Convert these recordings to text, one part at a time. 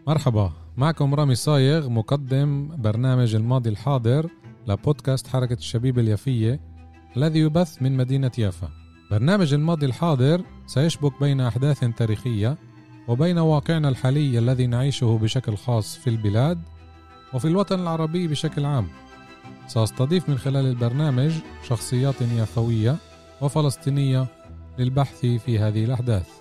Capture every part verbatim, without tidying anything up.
مرحبا، معكم رامي صايغ مقدم برنامج الماضي الحاضر لبودكاست حركة الشبيبة اليافية الذي يبث من مدينة يافا. برنامج الماضي الحاضر سيشبك بين أحداث تاريخية وبين واقعنا الحالي الذي نعيشه بشكل خاص في البلاد وفي الوطن العربي بشكل عام. سأستضيف من خلال البرنامج شخصيات يافوية وفلسطينية للبحث في هذه الأحداث.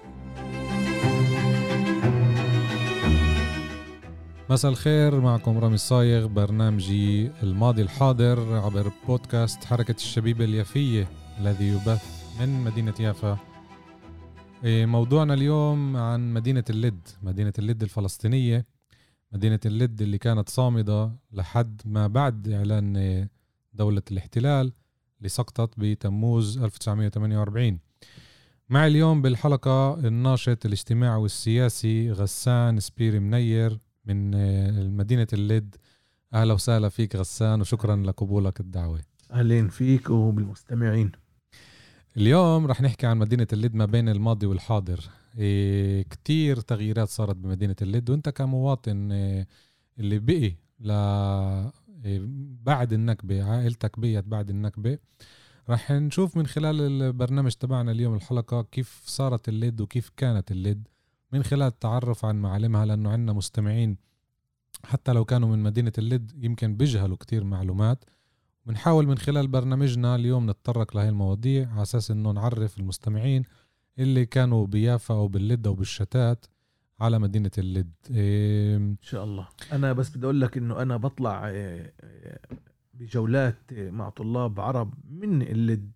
مساء الخير، معكم رامي صايغ، برنامجي الماضي الحاضر عبر بودكاست حركة الشبيبة اليافية الذي يبث من مدينة يافا. موضوعنا اليوم عن مدينة اللد، مدينة اللد الفلسطينية، مدينة اللد اللي كانت صامدة لحد ما بعد إعلان دولة الاحتلال اللي سقطت بتموز ألف وتسعمية وثمانية وأربعين. مع اليوم بالحلقة الناشط الاجتماعي والسياسي غسان سبيري منير من مدينة اللد. أهلا وسهلا فيك غسان، وشكرا لقبولك الدعوة. أهلين فيك وبالمستمعين. اليوم رح نحكي عن مدينة اللد ما بين الماضي والحاضر. إيه كتير تغييرات صارت بمدينة اللد، وانت كمواطن إيه اللي بقي ل إيه بعد النكبة، عائلتك بيت بعد النكبة. رح نشوف من خلال البرنامج تبعنا اليوم الحلقة كيف صارت اللد وكيف كانت اللد من خلال التعرف عن معالمها، لأنه عندنا مستمعين حتى لو كانوا من مدينة اللد يمكن بيجهلوا كتير معلومات. بنحاول من خلال برنامجنا اليوم نتطرق لهي المواضيع على أساس إنه نعرف المستمعين اللي كانوا بيافا أو باللد أو بالشتات على مدينة اللد. إيه إن شاء الله. أنا بس بدي أقول لك إنه أنا بطلع بجولات مع طلاب عرب من اللد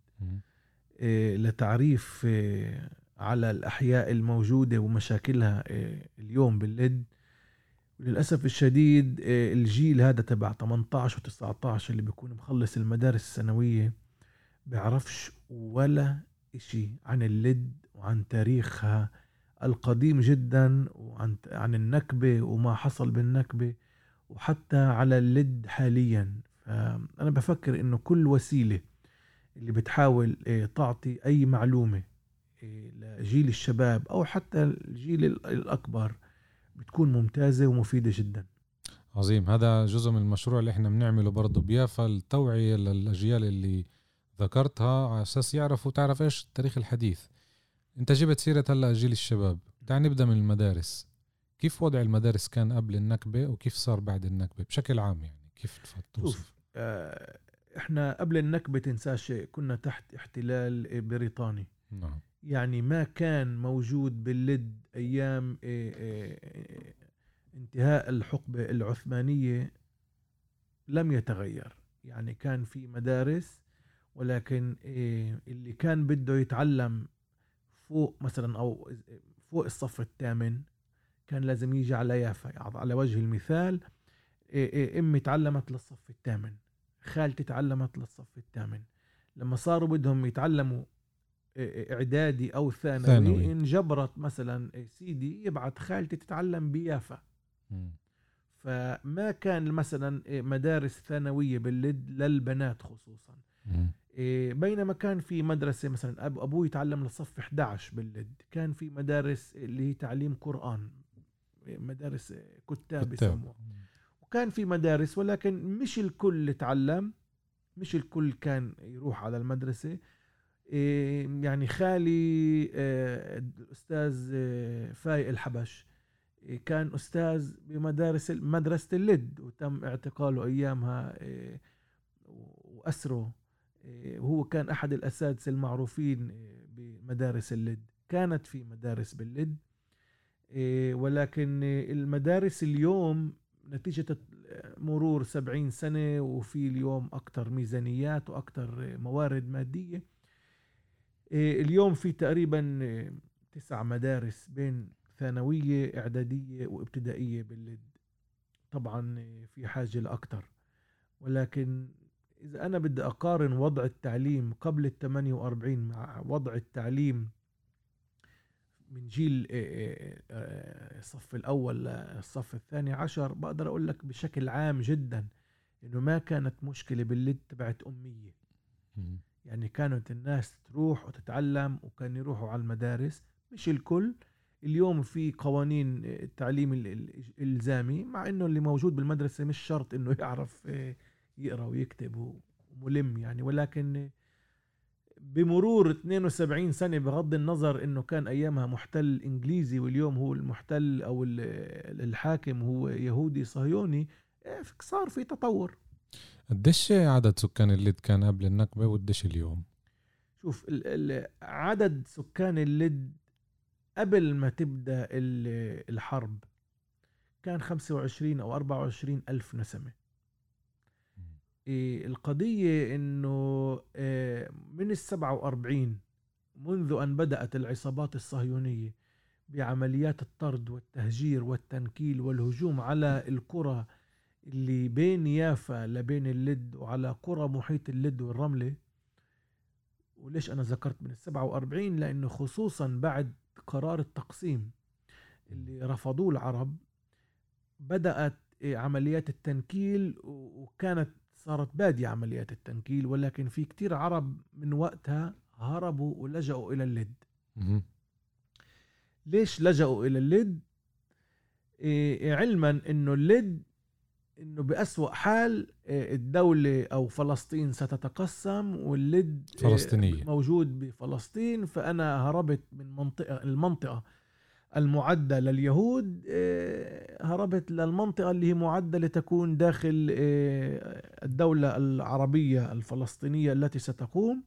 لتعريف على الأحياء الموجودة ومشاكلها اليوم باللد. وللأسف الشديد الجيل هذا تبع ثمانية عشر و تسعة عشر اللي بيكون مخلص المدارس الثانوية بيعرفش ولا إشي عن اللد وعن تاريخها القديم جدا، وعن عن النكبة وما حصل بالنكبة، وحتى على اللد حاليا. فأنا بفكر إنه كل وسيلة اللي بتحاول تعطي أي معلومة لجيل الشباب أو حتى الجيل الأكبر بتكون ممتازة ومفيدة جدا. عظيم. هذا جزء من المشروع اللي احنا بنعمله برضو بيافا، التوعية للأجيال اللي ذكرتها على أساس يعرفوا تعرف إيش التاريخ الحديث. انت جبت سيرة هلا جيل الشباب، تعال نبدأ من المدارس. كيف وضع المدارس كان قبل النكبة وكيف صار بعد النكبة بشكل عام؟ يعني كيف توصف؟ اه احنا قبل النكبة تنساش كنا تحت احتلال بريطاني. نعم. يعني ما كان موجود باللد ايام اه اه انتهاء الحقبة العثمانية لم يتغير. يعني كان في مدارس، ولكن اه اللي كان بده يتعلم فوق مثلا او فوق الصف الثامن كان لازم يجي على يافا. على وجه المثال، امي تعلمت للصف الثامن، خالتي تعلمت للصف الثامن. لما صاروا بدهم يتعلموا اعدادي او ثانوي, ثانوي. انجبرت مثلا سيدي يبعت خالتي تتعلم بيافا. م. فما كان مثلا مدارس ثانوية باللد للبنات خصوصا. م. بينما كان في مدرسة مثلا أب أبوي يتعلم للصف إحدى عشر باللد، كان في مدارس اللي هي تعليم قرآن، مدارس كتاب يسموها، وكان في مدارس ولكن مش الكل تعلم، مش الكل كان يروح على المدرسة. يعني خالي الأستاذ فايق الحبش كان أستاذ بمدارس مدرسة اللد، وتم اعتقاله أيامها وأسره، وهو كان أحد الأساتذة المعروفين بمدارس اللد. كانت في مدارس باللد، ولكن المدارس اليوم نتيجة مرور سبعين سنة وفي اليوم أكتر ميزانيات وأكتر موارد مادية، اليوم في تقريبا تسع مدارس بين ثانوية إعدادية وابتدائية باللد. طبعا في حاجة لأكتر، ولكن إذا أنا بدي أقارن وضع التعليم قبل الثمانية وأربعين مع وضع التعليم من جيل الصف الأول للصف الثاني عشر، بقدر أقول لك بشكل عام جدا إنه ما كانت مشكلة باللد تبعت أمية. يعني كانت الناس تروح وتتعلم وكان يروحوا على المدارس، مش الكل. اليوم في قوانين التعليم الإلزامي، مع إنه اللي موجود بالمدرسة مش شرط إنه يعرف يقرأ ويكتب وملم يعني، ولكن بمرور اثنين وسبعين سنة بغض النظر إنه كان أيامها محتل إنجليزي واليوم هو المحتل أو الحاكم هو يهودي صهيوني، صار في تطور. قديش عدد سكان اللد كان قبل النكبة وقديش اليوم؟ شوف عدد سكان اللد قبل ما تبدأ الحرب كان خمسة وعشرين أو أربعة وعشرين ألف نسمة. القضية إنه من السبعة وأربعين منذ أن بدأت العصابات الصهيونية بعمليات الطرد والتهجير والتنكيل والهجوم على القرى اللي بين يافا لبين اللد وعلى قرى محيط اللد والرملة. وليش أنا ذكرت من السبعة وأربعين؟ لأنه خصوصا بعد قرار التقسيم اللي رفضوه العرب بدأت عمليات التنكيل، وكانت صارت بادية عمليات التنكيل، ولكن في كتير عرب من وقتها هربوا ولجأوا إلى اللد. ليش لجأوا إلى اللد؟ إيه علما إنه اللد إنه بأسوأ حال الدولة أو فلسطين ستتقسم واللد فلسطينية موجود بفلسطين، فأنا هربت من منطقة المنطقة المعدة لليهود، هربت للمنطقة اللي هي معدة لتكون داخل الدولة العربية الفلسطينية التي ستقوم.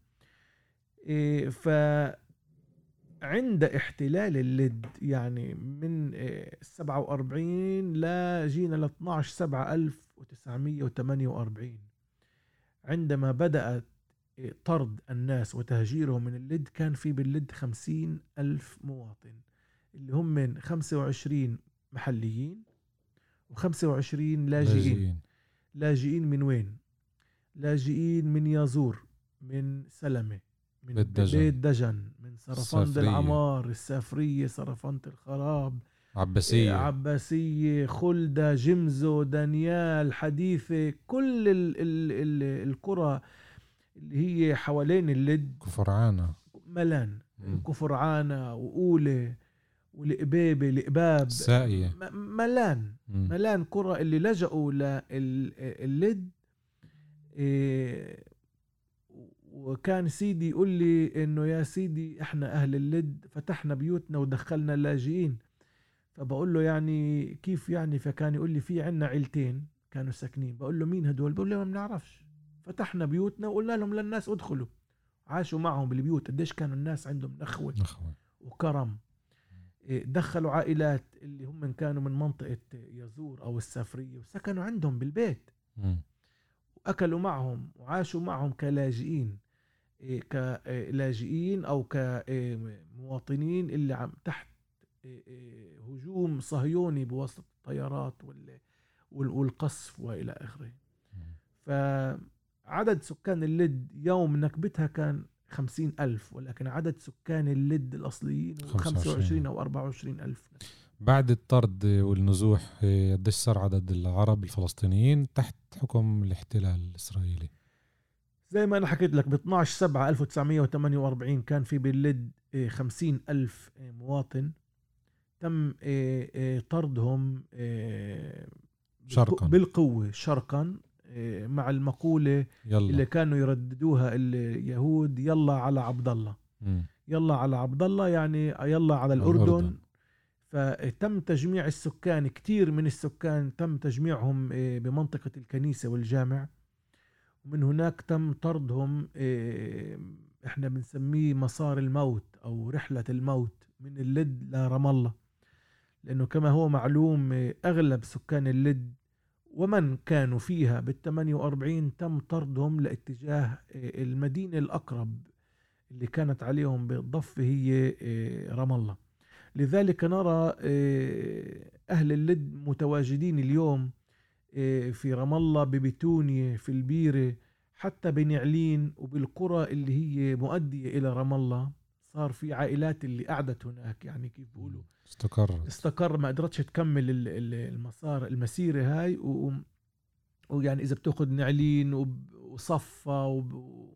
فعند احتلال اللد يعني من السبعة وأربعين لا جينا ل اثني عشر سبعة ألف وتسعمية وثمانية وأربعين عندما بدأت طرد الناس وتهجيرهم من اللد، كان في باللد خمسين ألف مواطن اللي هم من خمسة وعشرين محليين وخمسة وعشرين لاجئين. لاجئين لاجئين من وين؟ لاجئين من يازور، من سلمة، من بيت دجن, بيت دجن من سرفند العمار، السافرية، سرفند الخراب، عباسية عباسية، خلدة، جمزو، دانيال، حديثة، كل ال ال ال القرى اللي هي حوالين اللد، كفرعانة ملان، كفرعانة وأولة والإبابة الإباب ساقية، ملان م. ملان قرى اللي لجأوا لللد. إيه وكان سيدي يقول لي إنه يا سيدي إحنا أهل اللد فتحنا بيوتنا ودخلنا اللاجئين. فبقول له يعني كيف يعني؟ فكان يقول لي في عنا عيلتين كانوا ساكنين. بقول له مين هدول؟ بقول له ما بنعرفش، فتحنا بيوتنا وقلنا لهم للناس ادخلوا، عاشوا معهم بالبيوت. قديش كانوا الناس عندهم نخوة وكرم. دخلوا عائلات اللي هم كانوا من منطقة يزور أو السافرية وسكنوا عندهم بالبيت م. وأكلوا معهم وعاشوا معهم كلاجئين، كلاجئين أو كمواطنين اللي عم تحت هجوم صهيوني بواسطة الطيارات والقصف وإلى آخره. فعدد سكان اللد يوم نكبتها كان خمسين ألف، ولكن عدد سكان اللد الأصليين خمسة وعشرين أو أربعة وعشرين ألف. بعد الطرد والنزوح قديش صار عدد العرب الفلسطينيين تحت حكم الاحتلال الإسرائيلي؟ زي ما أنا حكيت لك ب اثني عشر سبعة ألف وتسعمية وثمانية وأربعين كان في باللد خمسين ألف مواطن تم طردهم شرقاً بالقوة شرقا، مع المقولة يلا. اللي كانوا يرددوها اليهود يلا على عبد الله، يلا على عبد الله يعني يلا على الأردن, الأردن. فتم تجميع السكان، كتير من السكان تم تجميعهم بمنطقة الكنيسة والجامع، ومن هناك تم طردهم. احنا بنسميه مسار الموت أو رحلة الموت من اللد لرام الله، لأنه كما هو معلوم أغلب سكان اللد ومن كانوا فيها بالثمانية وأربعين تم طردهم لاتجاه المدينة الأقرب اللي كانت عليهم بالضفة هي رام الله. لذلك نرى أهل اللد متواجدين اليوم في رام الله، ببتونية، في البيرة، حتى بنعلين وبالقرى اللي هي مؤدية إلى رام الله. صار في عائلات اللي قعدت هناك، يعني كيف بيقولوا استقر استقر ما قدرتش تكمل المسار المسيرة هاي. ويعني إذا بتأخذ نعلين وصفة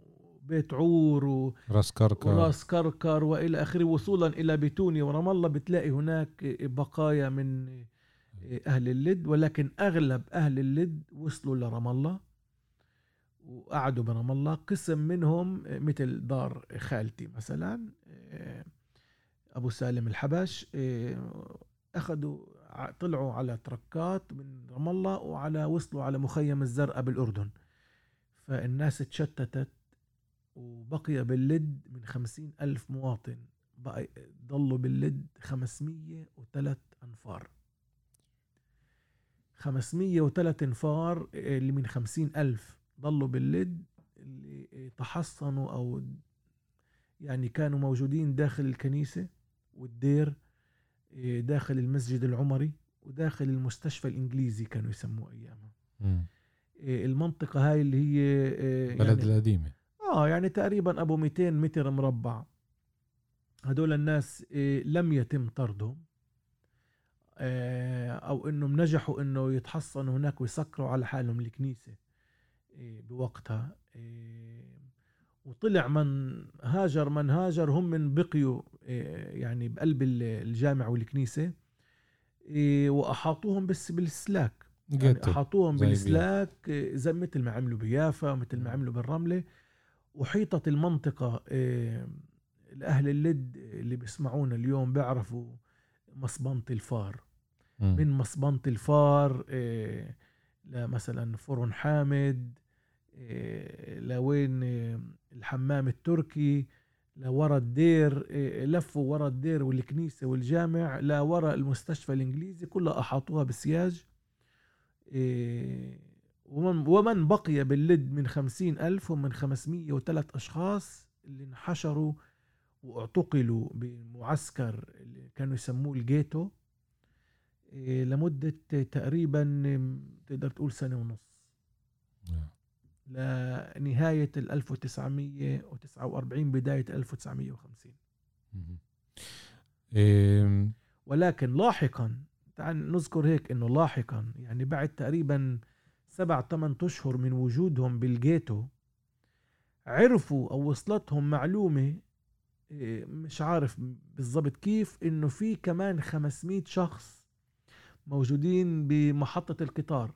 وبيت عور و... راس كركر وراس كركر وإلى آخره، وصولا إلى بيتوني ورام الله بتلاقي هناك بقايا من أهل اللد. ولكن أغلب أهل اللد وصلوا لرام الله وقعدوا برام الله. قسم منهم مثل دار خالتي مثلا أبو سالم الحبش، أخذوا طلعوا على تركات من رام الله وعلى وصلوا على مخيم الزرقاء بالأردن. فالناس تشتتت وبقي باللد من خمسين ألف مواطن بقى ضلوا باللد خمسمية وثلاث أنفار. خمسمية وثلاث أنفار اللي من خمسين ألف ضلوا باللد، اللي تحصنوا أو يعني كانوا موجودين داخل الكنيسة والدير، داخل المسجد العمري، وداخل المستشفى الإنجليزي كانوا يسموه أيامها. م. المنطقة هاي اللي هي بلد يعني القديمة، آه يعني تقريبا أبو مئتين متر مربع. هدول الناس لم يتم طردهم أو إنهم نجحوا إنه يتحصنوا هناك ويسكروا على حالهم الكنيسة بوقتها. وطلع من هاجر من هاجر هم من بقيوا يعني بقلب الجامع والكنيسة، وأحاطوهم بس بالسلاك، يعني أحاطوهم بالسلاك زي مثل ما عملوا بيافا ومثل ما عملوا بالرملة. وحيطت المنطقة الأهل اللد اللي بيسمعونا اليوم بيعرفوا مصبنة الفار. م. من مصبنة الفار لمثلا فرن حامد، لوين الحمام التركي، لورا الدير، لفوا ورا الدير والكنيسة والجامع لورا المستشفى الإنجليزي، كلها أحاطوها بسياج. ومن, ومن بقي باللد من خمسين ألف ومن خمسمية وثلاث أشخاص اللي انحشروا واعتقلوا بمعسكر اللي كانوا يسموه الجيتو لمدة تقريبا تقدر تقول سنة ونص، لنهاية ألف وتسعمية وتسعة وأربعين بداية ألف وتسعمية وخمسين. ولكن لاحقا تعال نذكر هيك إنه لاحقا يعني بعد تقريبا سبع ثمان أشهر من وجودهم بالجيتو عرفوا أو وصلتهم معلومة مش عارف بالضبط كيف، إنه في كمان خمسمية شخص موجودين بمحطة القطار.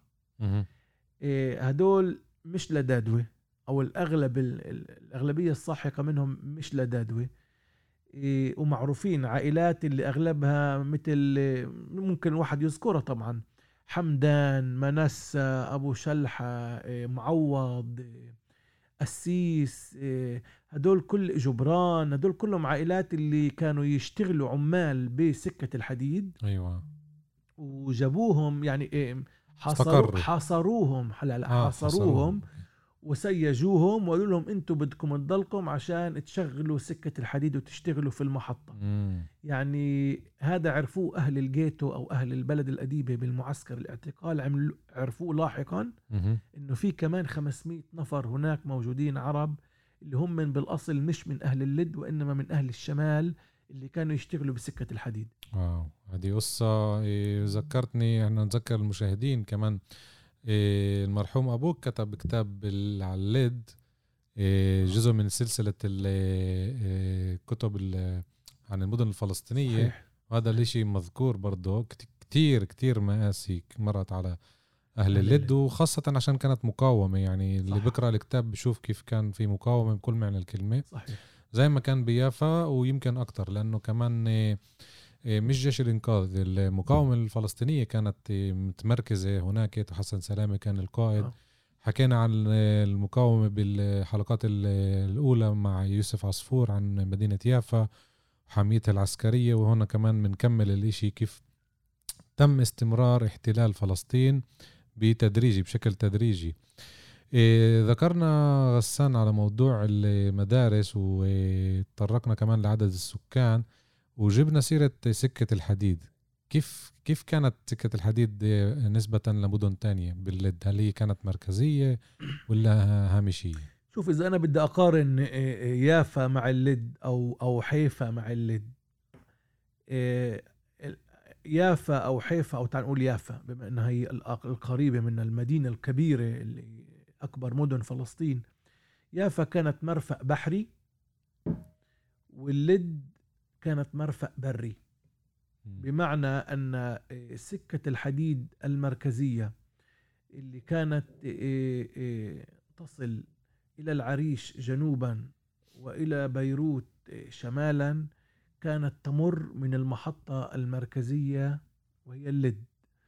هدول مش لدادوة، أو الأغلب الأغلبية الساحقة منهم مش لدادوة، ومعروفين عائلات اللي أغلبها مثل ممكن واحد يذكرها طبعا: حمدان، منسى، أبو شلحة، معوض، السيس، هدول كل جبران، هدول كلهم عائلات اللي كانوا يشتغلوا عمال بسكة الحديد. أيوة. وجابوهم يعني حاصروا حاصروهم حلال آه حاصروهم وسيجوهم وقالوا لهم انتوا بدكم تضلكم عشان تشغلوا سكة الحديد وتشتغلوا في المحطة. مم. يعني هذا عرفوه أهل الجيتو أو أهل البلد الأديبة بالمعسكر الاعتقال، عملوا عرفوه لاحقا مم. إنه في كمان خمسمية نفر هناك موجودين عرب اللي هم من بالأصل مش من أهل اللد وإنما من أهل الشمال اللي كانوا يشتغلوا بسكة الحديد. واو، هذه قصة إيه ذكرتني. احنا نذكر المشاهدين كمان إيه المرحوم أبوك كتب كتاب على اللد، إيه جزء من سلسلة الكتب عن المدن الفلسطينية. صحيح. وهذا الاشي مذكور برضو كتير كتير مآسي مرت على أهل اللد، وخاصة عشان كانت مقاومة. يعني صح. اللي بقرأ الكتاب بشوف كيف كان في مقاومة بكل معنى الكلمة. صحيح. زي ما كان بيافا ويمكن أكتر، لأنه كمان مش جيش الإنقاذ، المقاومة الفلسطينية كانت متمركزة هناك. حسن سلامة كان القائد. أوه. حكينا عن المقاومة بالحلقات الأولى مع يوسف عصفور عن مدينة يافا وحاميتها العسكرية، وهنا كمان بنكمل الاشي كيف تم استمرار احتلال فلسطين بتدريجي بشكل تدريجي. إيه ذكرنا غسان على موضوع المدارس وتطرقنا كمان لعدد السكان وجبنا سيرة سكة الحديد. كيف كيف كانت سكة الحديد نسبة لمدن تانية باللد؟ هل هي كانت مركزية ولا هامشية؟ شوف، إذا أنا بدي أقارن يافا مع اللد أو أو حيفا مع اللد، يافا أو حيفا أو تعال نقول يافا بما أنها هي القريبة من المدينة الكبيرة اللي أكبر مدن فلسطين، يافا كانت مرفأ بحري واللد كانت مرفأ بري، بمعنى أن سكة الحديد المركزية اللي كانت تصل إلى العريش جنوبا وإلى بيروت شمالا كانت تمر من المحطة المركزية وهي اللد.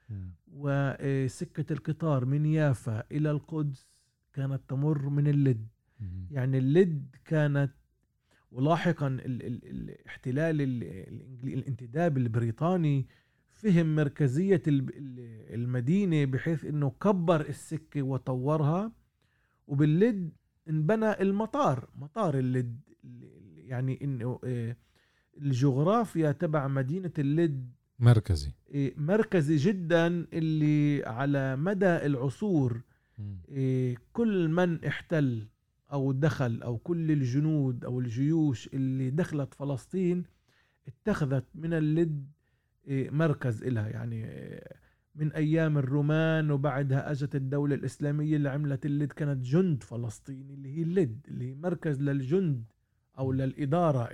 وسكة القطار من يافا إلى القدس كانت تمر من اللد. يعني اللد كانت، ولاحقا الاحتلال الانتداب البريطاني فهم مركزية المدينة بحيث انه كبر السكة وطورها، وباللد انبنى المطار، مطار اللد. يعني انه الجغرافيا تبع مدينة اللد مركزي مركزي جدا، اللي على مدى العصور كل من احتل او دخل او كل الجنود او الجيوش اللي دخلت فلسطين اتخذت من اللد مركز إلها. يعني من ايام الرومان وبعدها اجت الدولة الاسلامية اللي عملت اللد، كانت جند فلسطيني اللي هي اللد، اللي هي مركز للجند او للإدارة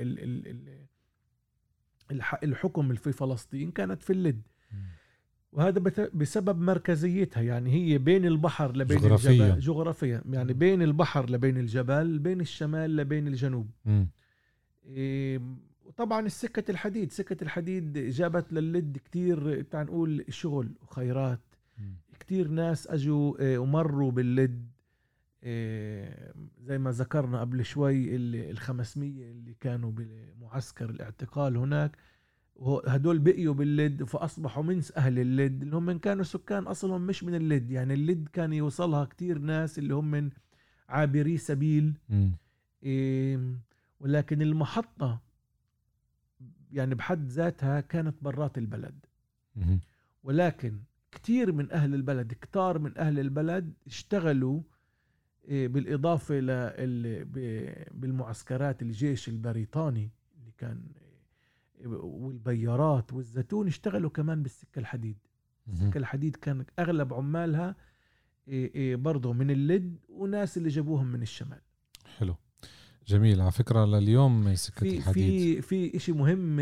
الحكم في فلسطين كانت في اللد. وهذا بسبب مركزيتها، يعني هي بين البحر لبين جغرافيا. الجبل جغرافيا، يعني م. بين البحر لبين الجبل، بين الشمال لبين الجنوب. إيه، وطبعا السكة الحديد سكة الحديد جابت لللد كتير تعال نقول شغل وخيرات. م. كتير ناس اجوا إيه ومروا باللد، إيه زي ما ذكرنا قبل شوي الخمسمية اللي كانوا بمعسكر الاعتقال هناك، وهدول بقيوا باللد فأصبحوا من أهل اللد اللي هم من كانوا سكان أصلهم مش من اللد. يعني اللد كان يوصلها كتير ناس اللي هم من عابري سبيل. إيه، ولكن المحطة يعني بحد ذاتها كانت برات البلد. م. ولكن كتير من أهل البلد كتار من أهل البلد اشتغلوا إيه بالإضافة بالمعسكرات الجيش البريطاني اللي كان والبيارات والزيتون، اشتغلوا كمان بالسكة الحديد. السكة الحديد كان أغلب عمالها برضو من اللد، وناس اللي جابوهم من الشمال. حلو، جميل. على فكرة لليوم سكة في الحديد في في إشي مهم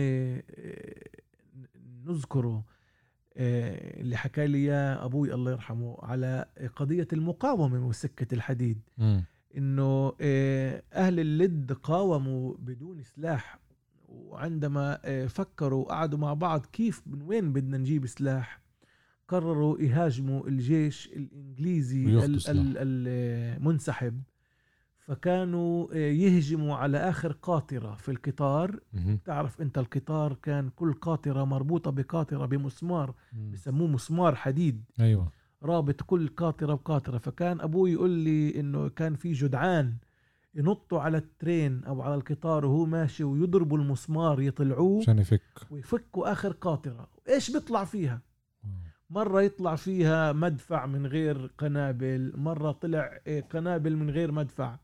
نذكره اللي حكى لي يا أبوي الله يرحمه على قضية المقاومة وسكة الحديد. م. إنه أهل اللد قاوموا بدون سلاح، وعندما فكروا قعدوا مع بعض كيف من وين بدنا نجيب سلاح، قرروا يهاجموا الجيش الإنجليزي المنسحب. فكانوا يهجموا على آخر قاطرة في القطار. م- تعرف أنت القطار كان كل قاطرة مربوطة بقاطرة بمسمار، بسموه مسمار حديد. أيوة. رابط كل قاطرة بقاطرة. فكان أبوي يقول لي إنه كان في جدعان ينطوا على الترين أو على القطار وهو ماشي ويضربوا المسمار يطلعوه عشان يفك ويفكوا آخر قاطرة. إيش بيطلع فيها؟ مرة يطلع فيها مدفع من غير قنابل، مرة طلع قنابل من غير مدفع،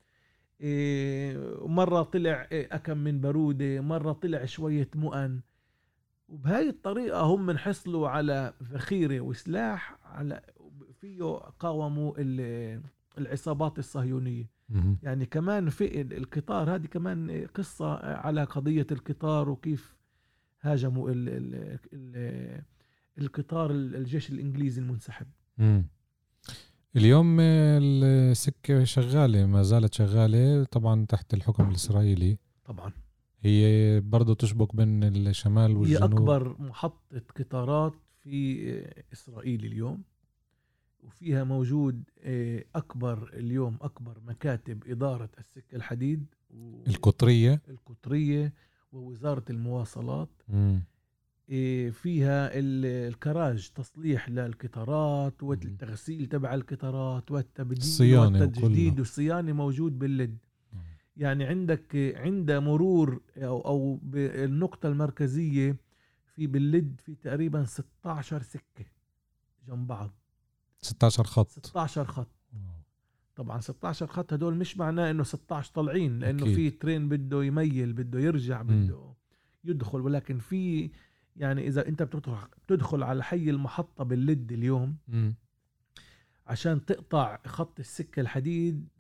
مرة طلع أكم من برودة، مرة طلع شوية مؤن. وبهاي الطريقة هم انحصلوا على ذخيرة وسلاح على فيه قاوموا العصابات الصهيونية. م- يعني كمان في القطار، هذه كمان قصة على قضية القطار وكيف هاجموا ال ال ال القطار الجيش الإنجليزي المنسحب. م. اليوم السكة شغالة، ما زالت شغالة طبعا تحت الحكم الإسرائيلي. طبعا هي برضو تشبك بين الشمال والجنوب. هي أكبر محطة قطارات في إسرائيل اليوم، وفيها موجود أكبر اليوم أكبر مكاتب إدارة السكة الحديد القطرية القطرية ووزارة المواصلات. م. فيها الكراج تصليح للقطارات والتغسيل تبع القطارات والتبديل والتجديد والصيانة موجود باللد. يعني عندك عند مرور أو, أو بالنقطة المركزية في باللد في تقريبا ستة عشر سكة جنب بعض. ستة عشر خط ستة عشر خط. طبعا ستة عشر خط هدول مش معناه انه ستة عشر طالعين، لانه أكيد. في ترين بده يميل بده يرجع بده يدخل، ولكن في يعني اذا انت بتدخل بتدخل على حي المحطة باللد اليوم م. عشان تقطع خط السكة الحديد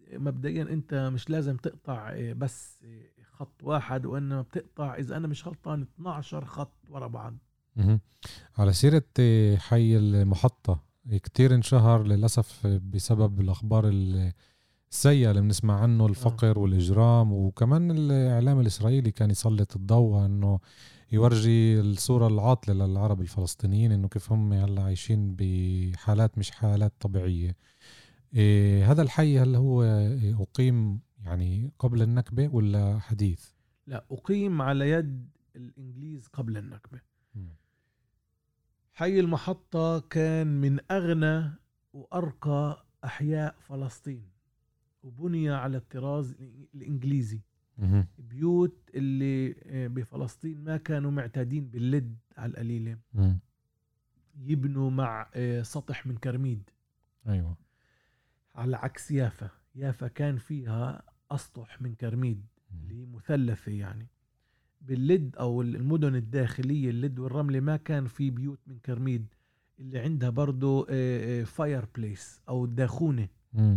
مبدئيا انت مش لازم تقطع بس خط واحد، وانما بتقطع اذا انا مش غلطان اثنا عشر خط ورا بعض. مهم. على سيرة حي المحطة، كتير انشهر للأسف بسبب الأخبار السيئة اللي بنسمع عنه، الفقر والإجرام، وكمان الإعلام الإسرائيلي كان يسلط الضوء أنه يورجي الصورة العاطلة للعرب الفلسطينيين، أنه كيف هم هلا عايشين بحالات مش حالات طبيعية. إيه هذا الحي هل هو أقيم يعني قبل النكبة ولا حديث؟ لا، أقيم على يد الإنجليز قبل النكبة. م. حي المحطة كان من أغنى وأرقى أحياء فلسطين، وبني على الطراز الإنجليزي. م. بيوت اللي بفلسطين ما كانوا معتادين باللد على القليلة، م. يبنوا مع سطح من كرميد. أيوة. على عكس يافا، يافا كان فيها أسطح من كرميد اللي هي مثلثة يعني. باللد أو المدن الداخلية اللد والرملة ما كان في بيوت من كرميد، اللي عندها برضو فاير بليس أو الداخونة.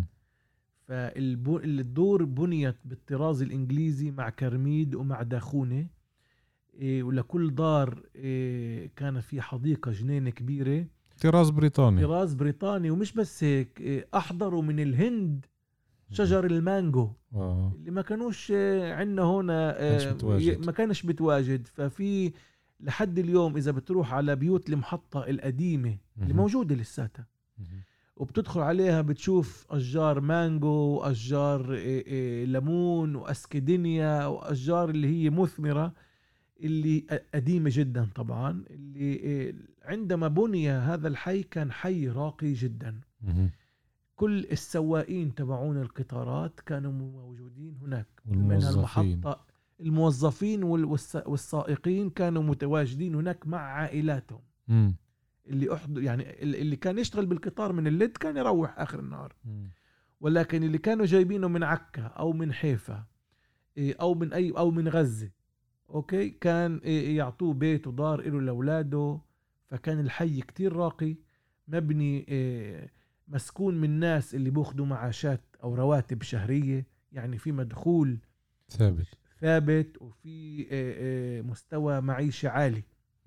فالدور بنيت بالطراز الإنجليزي مع كرميد ومع داخونة، ولكل دار كان في حديقة جنينة كبيرة، طراز بريطاني. طراز بريطاني. ومش بس هيك، أحضروا من الهند شجر المانجو آه. اللي ما كانوش عندنا هنا، ما كانش بتواجد. ففي لحد اليوم إذا بتروح على بيوت المحطة القديمة اللي موجودة لساتها، وبتدخل عليها بتشوف أشجار مانجو وأشجار ليمون وأسكدينيا وأشجار اللي هي مثمرة، اللي قديمة جدا طبعا. اللي عندما بني هذا الحي كان حي راقي جدا. كل السواقين تبعون القطارات كانوا موجودين هناك، والموظفين. المحطة الموظفين والسائقين كانوا متواجدين هناك مع عائلاتهم. م. اللي أحضر يعني اللي كان يشتغل بالقطار من اللد كان يروح آخر النهار، م. ولكن اللي كانوا جايبينه من عكا أو من حيفا أو من أي أو من غزة، أوكي، كان يعطوه بيت ودار إله لأولاده. فكان الحي كتير راقي، مبني مسكون من الناس اللي بياخدوا معاشات أو رواتب شهرية، يعني في مدخول ثابت ثابت وفي مستوى معيشة عالي.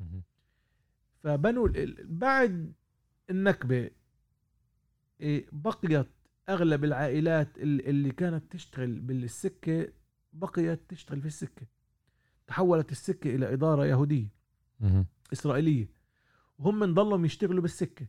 فبنوا بعد النكبة بقيت أغلب العائلات اللي كانت تشتغل بالسكة بقيت تشتغل في السكة. تحولت السكة إلى إدارة يهودية إسرائيلية، وهم من ضلهم يشتغلوا بالسكة.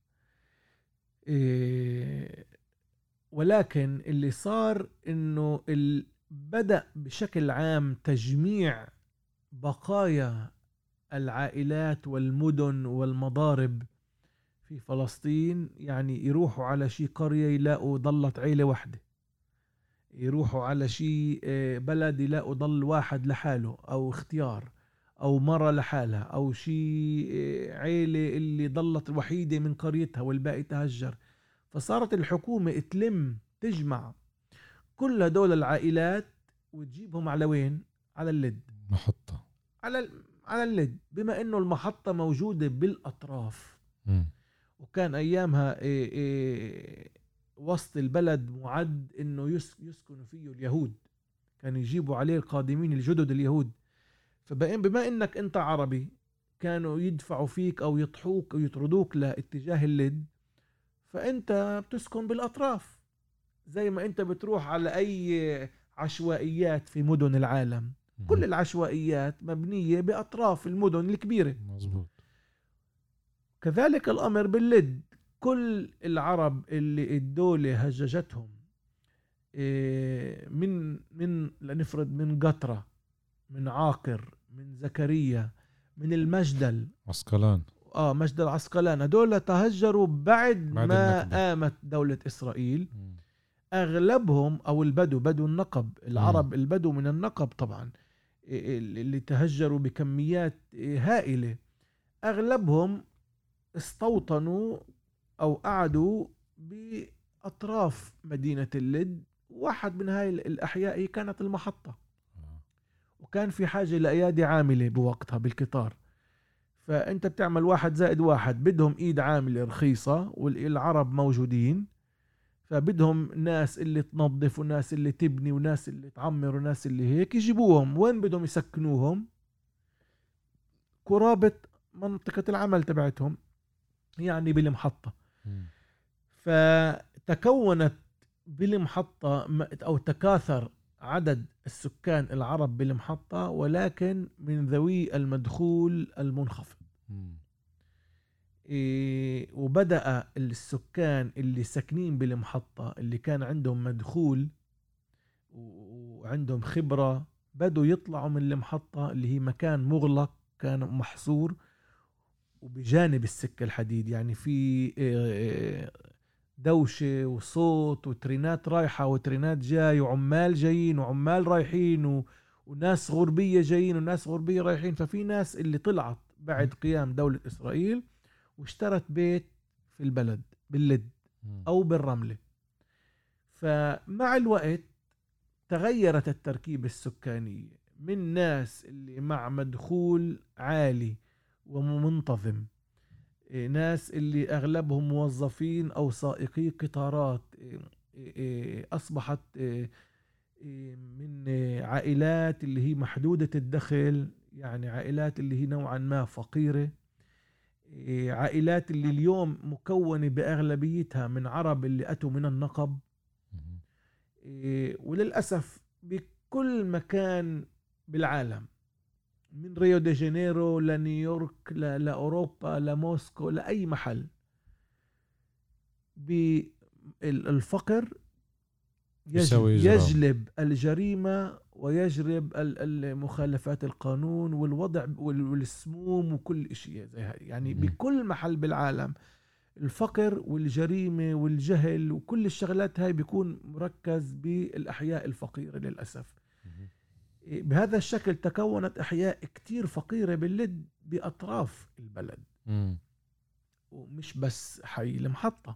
إيه ولكن اللي صار إنه بدأ بشكل عام تجميع بقايا العائلات والمدن والمضارب في فلسطين. يعني يروحوا على شي قرية يلاقوا ضلت عيلة واحدة، يروحوا على شي بلد يلاقوا ضل واحد لحاله أو اختيار، أو مرة لحالها، أو شي عيلة اللي ضلت وحيدة من قريتها والباقي تهجر. فصارت الحكومة تلم تجمع كل هدول العائلات وتجيبهم على وين؟ على اللد محطة، على على اللد، بما إنه المحطة موجودة بالأطراف. م. وكان أيامها إيه إيه وسط البلد معد إنه يسكنوا فيه اليهود، كانوا يجيبوا عليه القادمين الجدد اليهود. فبما إنك أنت عربي كانوا يدفعوا فيك أو يطحوك أو يطردوك لاتجاه اللد، فأنت بتسكن بالأطراف، زي ما أنت بتروح على أي عشوائيات في مدن العالم. م. كل العشوائيات مبنية بأطراف المدن الكبيرة. مظبوط. كذلك الأمر باللد. كل العرب اللي الدولة هججتهم من من لنفرض من قطرة، من عاقر، من زكريا، من المجدل عسقلان اه مجدل عسقلان، هدول تهجروا بعد, بعد ما النكبة. قامت دولة إسرائيل. م. أغلبهم أو البدو بدو النقب، العرب م. البدو من النقب طبعا، اللي تهجروا بكميات هائلة، أغلبهم استوطنوا أو قعدوا بأطراف مدينة اللد. واحد من هاي الأحياء كانت المحطة، وكان في حاجة لأيادي عاملة بوقتها بالقطار. فأنت بتعمل واحد زائد واحد، بدهم إيد عاملة رخيصة والعرب موجودين، فبدهم ناس اللي تنظف وناس اللي تبني وناس اللي تعمر وناس اللي هيك يجيبوهم. وين بدهم يسكنوهم؟ قرابة منطقة العمل تبعتهم، يعني بالمحطة. فتكونت بالمحطة أو تكاثر عدد السكان العرب بالمحطة، ولكن من ذوي المدخول المنخفض. إيه، وبدأ السكان اللي ساكنين بالمحطة اللي كان عندهم مدخول وعندهم خبرة بدوا يطلعوا من المحطة اللي هي مكان مغلق كان محصور وبجانب السكة الحديد، يعني في دوشة وصوت وترينات رايحة وترينات جاي وعمال جايين وعمال رايحين و... وناس غربية جايين وناس غربية رايحين. ففي ناس اللي طلعت بعد قيام دولة إسرائيل واشترت بيت في البلد باللد أو بالرملة. فمع الوقت تغيرت التركيبة السكانية من ناس اللي مع مدخول عالي ومنتظم، ناس اللي أغلبهم موظفين أو سائقي قطارات، أصبحت من عائلات اللي هي محدودة الدخل، يعني عائلات اللي هي نوعا ما فقيرة، عائلات اللي اليوم مكونة بأغلبيتها من عرب اللي أتوا من النقب. وللأسف بكل مكان بالعالم، من ريو دي جانيرو لنيويورك لأوروبا لموسكو لأي محل، بالفقر يجلب الجريمة ويجلب المخالفات القانون والوضع والسموم وكل شيء زي هاي. يعني بكل محل بالعالم الفقر والجريمة والجهل وكل الشغلات هاي بيكون مركز بالأحياء الفقيرة للأسف. بهذا الشكل تكونت أحياء كتير فقيرة باللد بأطراف البلد، م. ومش بس حي المحطة.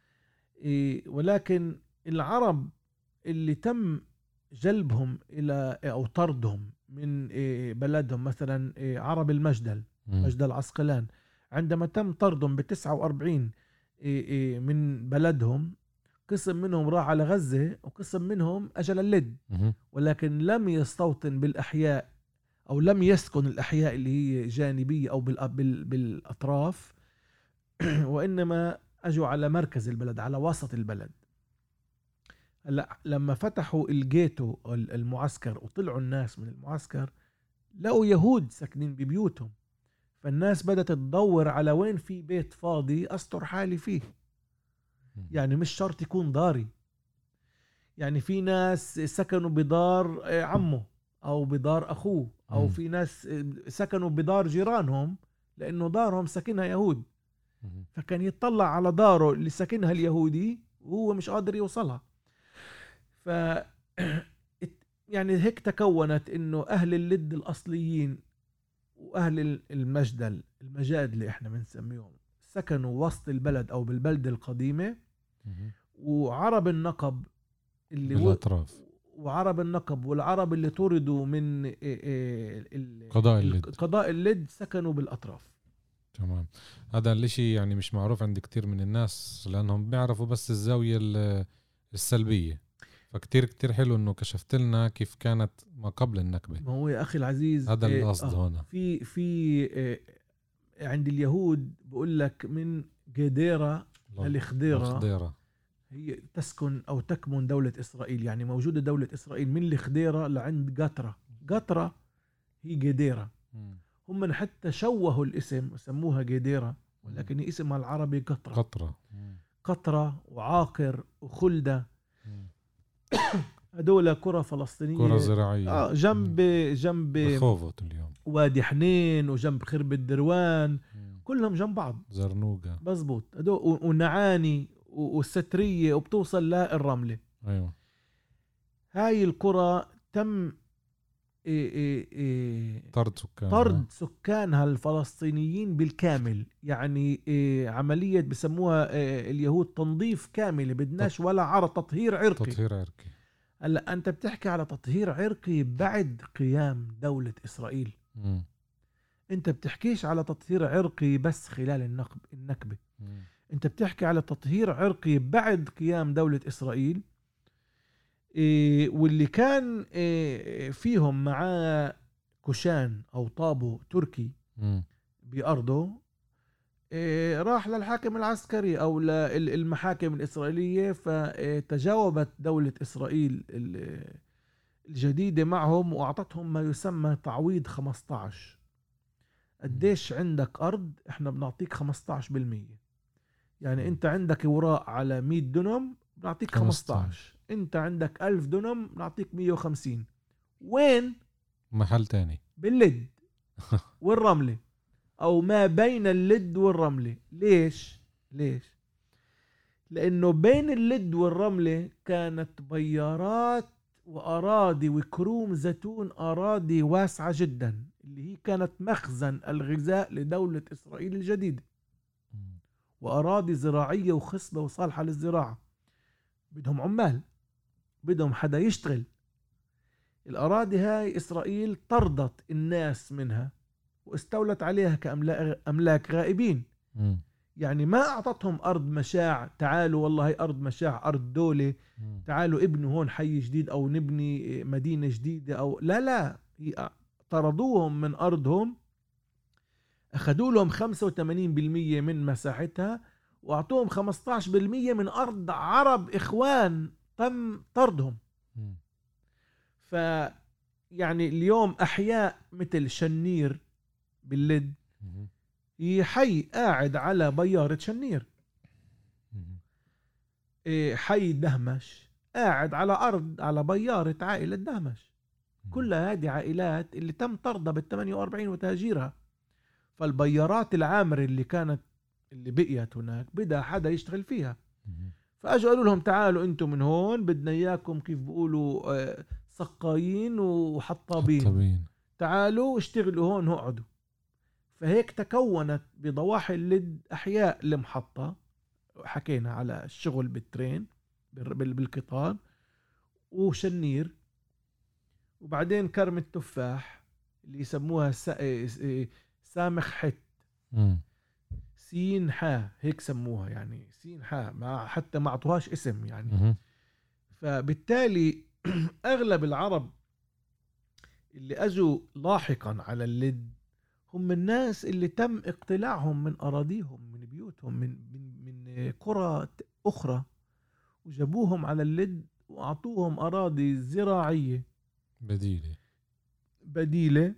ولكن العرب اللي تم جلبهم إلى أو طردهم من بلدهم، مثلا عرب المجدل، م. مجدل عسقلان، عندما تم طردهم بتسعة وأربعين من بلدهم، قسم منهم راح على غزة وقسم منهم أجل اللد، ولكن لم يستوطن بالأحياء أو لم يسكن الأحياء اللي هي جانبية أو بالأطراف وإنما أجوا على مركز البلد، على وسط البلد. هلا لما فتحوا الجيتو المعسكر وطلعوا الناس من المعسكر لقوا يهود ساكنين ببيوتهم، فالناس بدأت تدور على وين في بيت فاضي أستر حالي فيه. يعني مش شرط يكون داري، يعني في ناس سكنوا بدار عمه أو بدار أخوه، أو في ناس سكنوا بدار جيرانهم لأنه دارهم سكنها يهود، فكان يتطلع على داره اللي سكنها اليهودي وهو مش قادر يوصلها. ف يعني هيك تكونت إنه أهل اللد الأصليين وأهل المجدل المجادل إحنا بنسميهم سكنوا وسط البلد أو بالبلدة القديمة، وعرب النقب اللي بالأطراف، وعرب النقب والعرب اللي طردوا من قضاء اللد قضاء اللد سكنوا بالأطراف. تمام. هذا الاشي يعني مش معروف عند كتير من الناس لأنهم بيعرفوا بس الزاوية السلبية، فكتير كتير حلو إنه كشفت لنا كيف كانت ما قبل النكبة. ما هو يا أخي العزيز هذا القصد آه هنا. في في آه عند اليهود بقول لك من جديرة للخديرة هي تسكن أو تكمن دولة إسرائيل، يعني موجودة دولة إسرائيل من الخديرة لعند قطرة. قطرة هي جديرة، هم حتى شوهوا الاسم وسموها جديرة، ولكن اسمها العربي قطرة. قطرة قطرة وعاقر وخلدة هدول كرة فلسطينية، كرة زراعية آه جنب مم. جنب رخوفت اليوم وادي حنين وجنب خرب الدروان، مم. كلهم جنب بعض، زرنوقة مزبوط، ونعاني والسترية وبتوصل للرملة. أيوة. هاي القرى تم إيه إيه إيه طرد سكانها طرد سكانها الفلسطينيين بالكامل، يعني إيه عملية بسموها إيه اليهود تنظيف كامل، بدناش ولا عرض تطهير عرقي. تطهير عرقي. هلا أنت بتحكي على تطهير عرقي بعد قيام دولة إسرائيل. م. انت بتحكيش على تطهير عرقي بس خلال النقب النكبة، مم. انت بتحكي على تطهير عرقي بعد قيام دولة إسرائيل. إيه واللي كان إيه فيهم معاه كوشان أو طابو تركي مم. بأرضه، إيه راح للحاكم العسكري أو للمحاكم الإسرائيلية، فتجاوبت دولة إسرائيل الجديدة معهم وأعطتهم ما يسمى تعويض خمسة عشر. قديش عندك أرض؟ إحنا بنعطيك خمسة عشر بالمية. يعني أنت عندك وراء على مية دنم بنعطيك خمسة عشر، أنت عندك ألف دنم بنعطيك مية وخمسين. وين؟ محل تاني باللد والرملة، أو ما بين اللد والرملة. ليش؟ ليش؟ لأنه بين اللد والرملة كانت بيارات وأراضي وكروم زيتون، أراضي واسعة جدا، اللي هي كانت مخزن الغذاء لدولة إسرائيل الجديدة، وأراضي زراعية وخصبة وصالحة للزراعة. بدهم عمال، بدهم حدا يشتغل. الأراضي هاي إسرائيل طردت الناس منها واستولت عليها كأملاك غائبين. م. يعني ما أعطتهم أرض مشاع، تعالوا والله هي أرض مشاع، أرض دولة، م. تعالوا ابنوا هون حي جديد أو نبني مدينة جديدة، أو لا لا، هي طردوهم من أرضهم، أخذوا لهم خمسة وثمانين بالمية من مساحتها وأعطوهم خمسة عشر بالمية من أرض عرب إخوان تم طردهم. م. ف يعني اليوم أحياء مثل شنير باللد م. هي حي قاعد على بيارة شنير. م. حي دهمش قاعد على أرض على بيارة عائلة دهمش. كل هذه عائلات اللي تم طردها بالثمانية وأربعين وتهجيرها. فالبيارات العامرة اللي كانت اللي بقيت هناك بدها حدا يشتغل فيها. فأجوا قالوا لهم تعالوا انتم من هون، بدنا اياكم كيف بيقولوا سقايين وحطابين، حطابين. تعالوا اشتغلوا هون اقعدوا. فهيك تكونت بضواحي اللد أحياء المحطة، حكينا على الشغل بالترين بالقطار وشنير، وبعدين كرم التفاح اللي يسموها سامخ حت م. سين حا، هيك سموها يعني سين حا، ما حتى ما عطوهاش اسم يعني. م. فبالتالي أغلب العرب اللي أجوا لاحقا على اللد هم الناس اللي تم اقتلاعهم من أراضيهم، من بيوتهم، من من من قرى أخرى، وجابوهم على اللد وأعطوهم أراضي زراعية بديلة بديلة.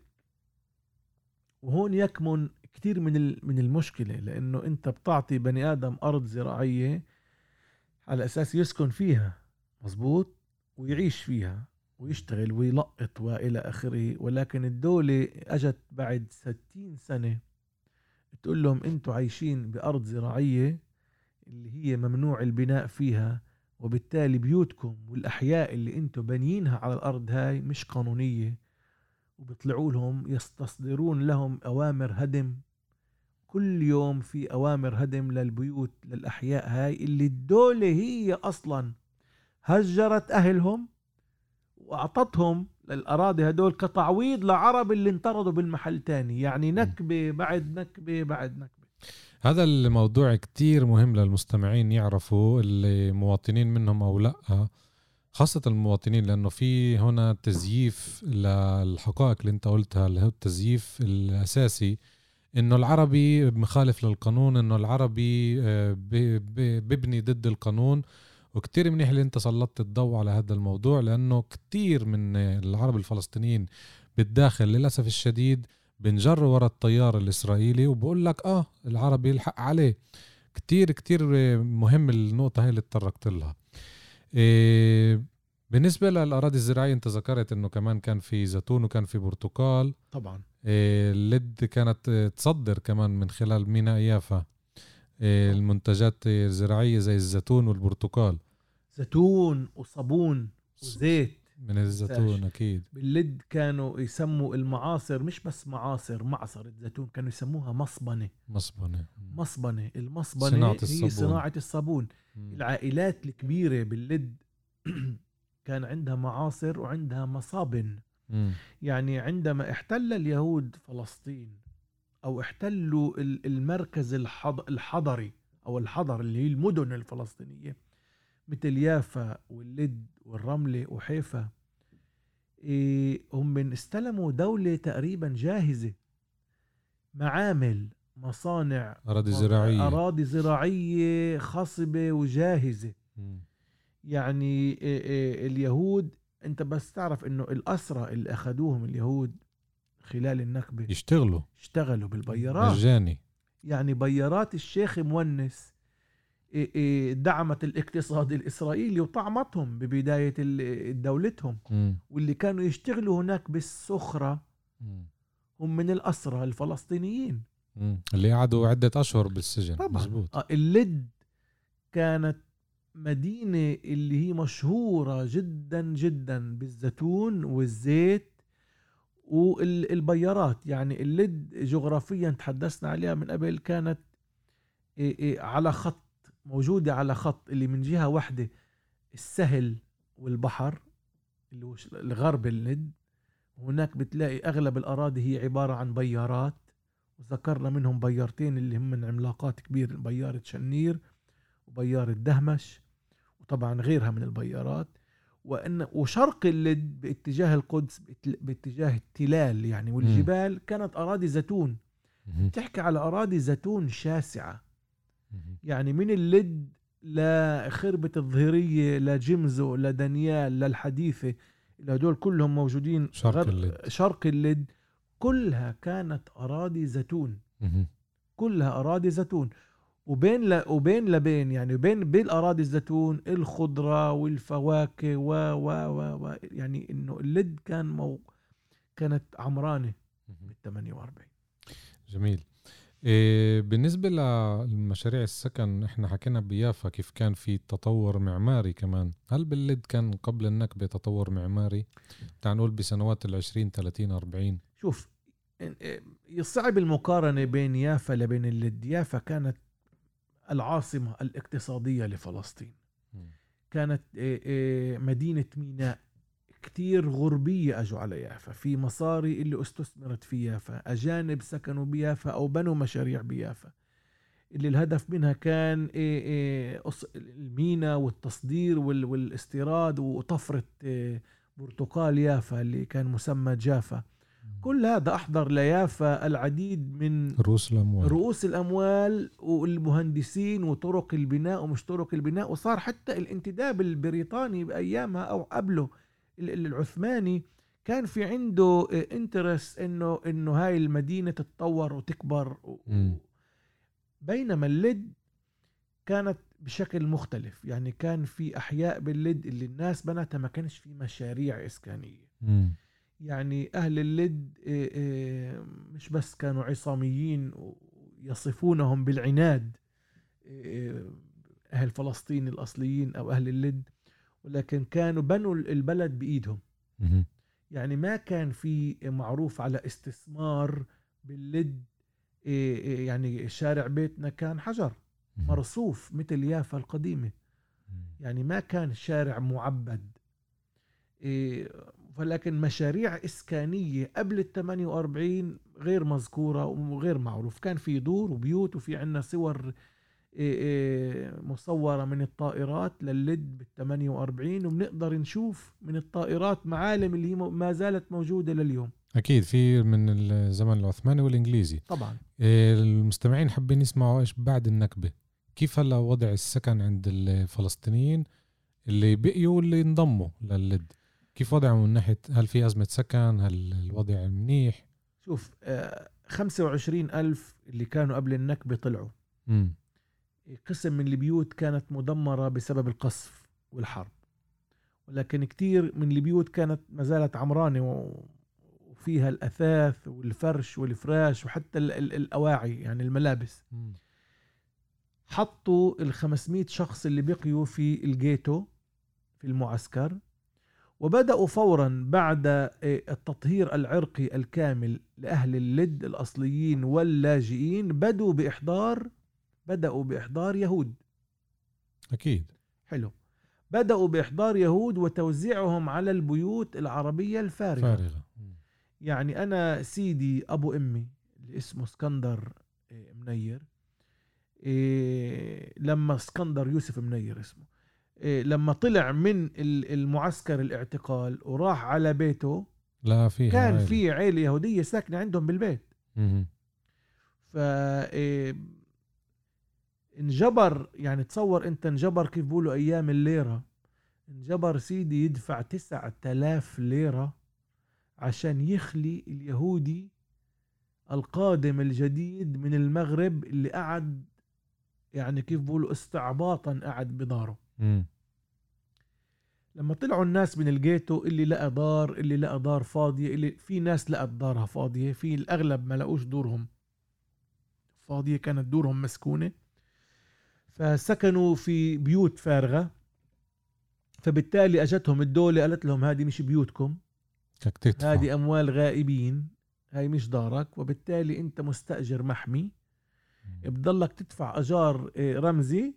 وهون يكمن كتير من من المشكلة، لأنه أنت بتعطي بني آدم أرض زراعية على أساس يسكن فيها، مظبوط، ويعيش فيها ويشتغل ويلقط وإلى آخره. ولكن الدولة أجت بعد ستين سنة تقول لهم أنتوا عايشين بأرض زراعية اللي هي ممنوع البناء فيها، وبالتالي بيوتكم والأحياء اللي أنتوا بنيينها على الأرض هاي مش قانونية. وبيطلعوا لهم يستصدرون لهم أوامر هدم، كل يوم في أوامر هدم للبيوت للأحياء هاي اللي الدولة هي أصلا هجرت أهلهم وأعطتهم للأراضي هدول كتعويض لعرب اللي انطردوا بالمحل تاني. يعني نكبة بعد نكبة بعد نكبة. هذا الموضوع كتير مهم للمستمعين يعرفوا، اللي مواطنين منهم أو لأ، خاصة المواطنين، لأنه في هنا تزييف للحقائق اللي انت قلتها، اللي هو التزييف الأساسي إنه العربي مخالف للقانون، إنه العربي ببني ضد القانون. وكتير منيح اللي انت سلطت الضوء على هذا الموضوع، لأنه كتير من العرب الفلسطينيين بالداخل للأسف الشديد بنجروا وراء التيار الإسرائيلي وبقول لك آه العربي الحق عليه. كتير كتير مهم النقطة هاي اللي اتطرقت لها. إيه بالنسبة للأراضي الزراعية، انت ذكرت انه كمان كان في زيتون وكان في برتقال طبعا. إيه اللد كانت تصدر كمان من خلال ميناء يافا إيه المنتجات الزراعية زي الزيتون والبرتقال. زيتون وصابون وزيت من الزيتون أكيد. باللد كانوا يسموا المعاصر مش بس معاصر، معصرة زيتون كانوا يسموها مصبنة. مصبنة مصبنة المصبنة صناعة هي الصابون. صناعة الصابون. مم. العائلات الكبيرة باللد كان عندها معاصر وعندها مصابن. مم. يعني عندما احتل اليهود فلسطين أو احتلوا المركز الحضري أو الحضر اللي هي المدن الفلسطينية مثل يافا واللد والرملة وحيفا، إيه هم من استلموا دولة تقريبا جاهزة، معامل، مصانع، أراضي زراعية أراضي زراعية خصبة وجاهزة. م. يعني إيه إيه اليهود، أنت بس تعرف إنه الأسرى اللي أخذوهم اليهود خلال النكبة يشتغلوا اشتغلوا بالبيارات مجاني. يعني بيارات الشيخ مونس دعمت الاقتصاد الإسرائيلي وطعمتهم ببداية دولتهم. م. واللي كانوا يشتغلوا هناك بالسخرة م. هم من الأسرى الفلسطينيين م. اللي قعدوا عدة أشهر بالسجن. طبعا. مزبوط. اللد كانت مدينة اللي هي مشهورة جدا جدا بالزيتون والزيت والبيارات. يعني اللد جغرافيا تحدثنا عليها من قبل، كانت على خط، موجودة على خط اللي من جهة واحدة السهل والبحر اللي هو الغرب اللد، هناك بتلاقي أغلب الأراضي هي عبارة عن بيارات، وذكرنا منهم بيارتين اللي هم من عملاقات كبير، بيارة شنير وبيارة دهمش، وطبعا غيرها من البيارات. وإن وشرق اللد باتجاه القدس باتجاه التلال يعني والجبال كانت أراضي زيتون. تحكي على أراضي زيتون شاسعة، يعني من اللد لخربة الظهيرية لجمزو لدانيال للحديثة، هدول كلهم موجودين شرق اللد. شرق اللد كلها كانت أراضي زيتون، كلها أراضي زيتون. وبين ل... وبين لبين يعني بين بالأراضي الزيتون الخضرة والفواكه و و و, و... يعني إنه اللد كان مو... كانت عمرانة بالثمانية وأربعين. جميل. إيه بالنسبة للمشاريع السكن، احنا حكينا بيافا كيف كان في تطور معماري كمان، هل باللد كان قبل النكبة تطور معماري؟ تعال نقول بسنوات العشرين ثلاثين أربعين. شوف، يصعب المقارنة بين يافا لبين اللد. يافا كانت العاصمة الاقتصادية لفلسطين، كانت مدينة ميناء، كتير غربية أجوا على يافا، في مصاري اللي استثمرت في يافا، أجانب سكنوا بيافا أو بنوا مشاريع بيافا، اللي الهدف منها كان المينا والتصدير والاستيراد وطفرة برتقال يافا اللي كان مسمى جافا. كل هذا أحضر ليافا العديد من رؤوس الأموال رؤوس الأموال والمهندسين وطرق البناء ومش طرق البناء. وصار حتى الانتداب البريطاني بأيامها أو قبله العثماني كان في عنده انترس إنه إنه هاي المدينة تتطور وتكبر. م. بينما اللد كانت بشكل مختلف، يعني كان في أحياء باللد اللي الناس بنتها ما كانش في مشاريع إسكانية. م. يعني أهل اللد مش بس كانوا عصاميين يصفونهم بالعناد أهل فلسطين الأصليين أو أهل اللد، ولكن كانوا بنوا البلد بإيدهم. م. يعني ما كان في معروف على استثمار باللد. يعني شارع بيتنا كان حجر مرصوف مثل يافا القديمة، يعني ما كان شارع معبد. ولكن مشاريع إسكانية قبل الثمانية وأربعين غير مذكورة وغير معروف. كان في دور وبيوت، وفي عنا صور مصورة من الطائرات لللد بالثمانية وأربعين، وبنقدر نشوف من الطائرات معالم اللي هي ما زالت موجودة لليوم. أكيد في من الزمن العثماني والإنجليزي طبعا. المستمعين حابين يسمعوا إيش بعد النكبة، كيف هلا وضع السكن عند الفلسطينيين اللي بقيوا واللي انضموا لللد، كيف وضعهم من ناحية هل في أزمة سكن، هل الوضع منيح؟ شوف، خمسة وعشرين ألف اللي كانوا قبل النكبة طلعوا. م. قسم من البيوت كانت مدمرة بسبب القصف والحرب، ولكن كتير من البيوت كانت مازالت عمرانة وفيها الأثاث والفرش والفراش وحتى الأواعي يعني الملابس. م. حطوا الخمسمائة شخص اللي بقيوا في الجيتو في المعسكر، وبدأوا فورا بعد التطهير العرقي الكامل لأهل اللد الأصليين واللاجئين بدأوا بإحضار بدأوا بإحضار يهود. أكيد. حلو. بدأوا بإحضار يهود وتوزيعهم على البيوت العربية الفارغة. فارغة. يعني أنا سيدي أبو أمي اللي اسمه اسكندر منير. لما اسكندر يوسف منير اسمه، لما طلع من المعسكر الاعتقال وراح على بيته، لا فيها كان عائلة. في عائلة يهودية ساكنة عندهم بالبيت. ف انجبر، يعني تصور انت، انجبر كيف بقولوا ايام الليرة، انجبر سيدي يدفع تسعة آلاف ليرة عشان يخلي اليهودي القادم الجديد من المغرب اللي قعد، يعني كيف بقولوا استعباطا قعد بداره. م. لما طلعوا الناس من الجيتو، اللي لقى دار، اللي لقى دار فاضية، اللي في ناس لقت دارها فاضية، في الأغلب ما لقوش دورهم فاضية، كانت دورهم مسكونة، فسكنوا في بيوت فارغة. فبالتالي أجتهم الدولة قالت لهم هذه مش بيوتكم، هذه أموال غائبين، هاي مش دارك، وبالتالي أنت مستأجر محمي، بضلك تدفع أجار رمزي.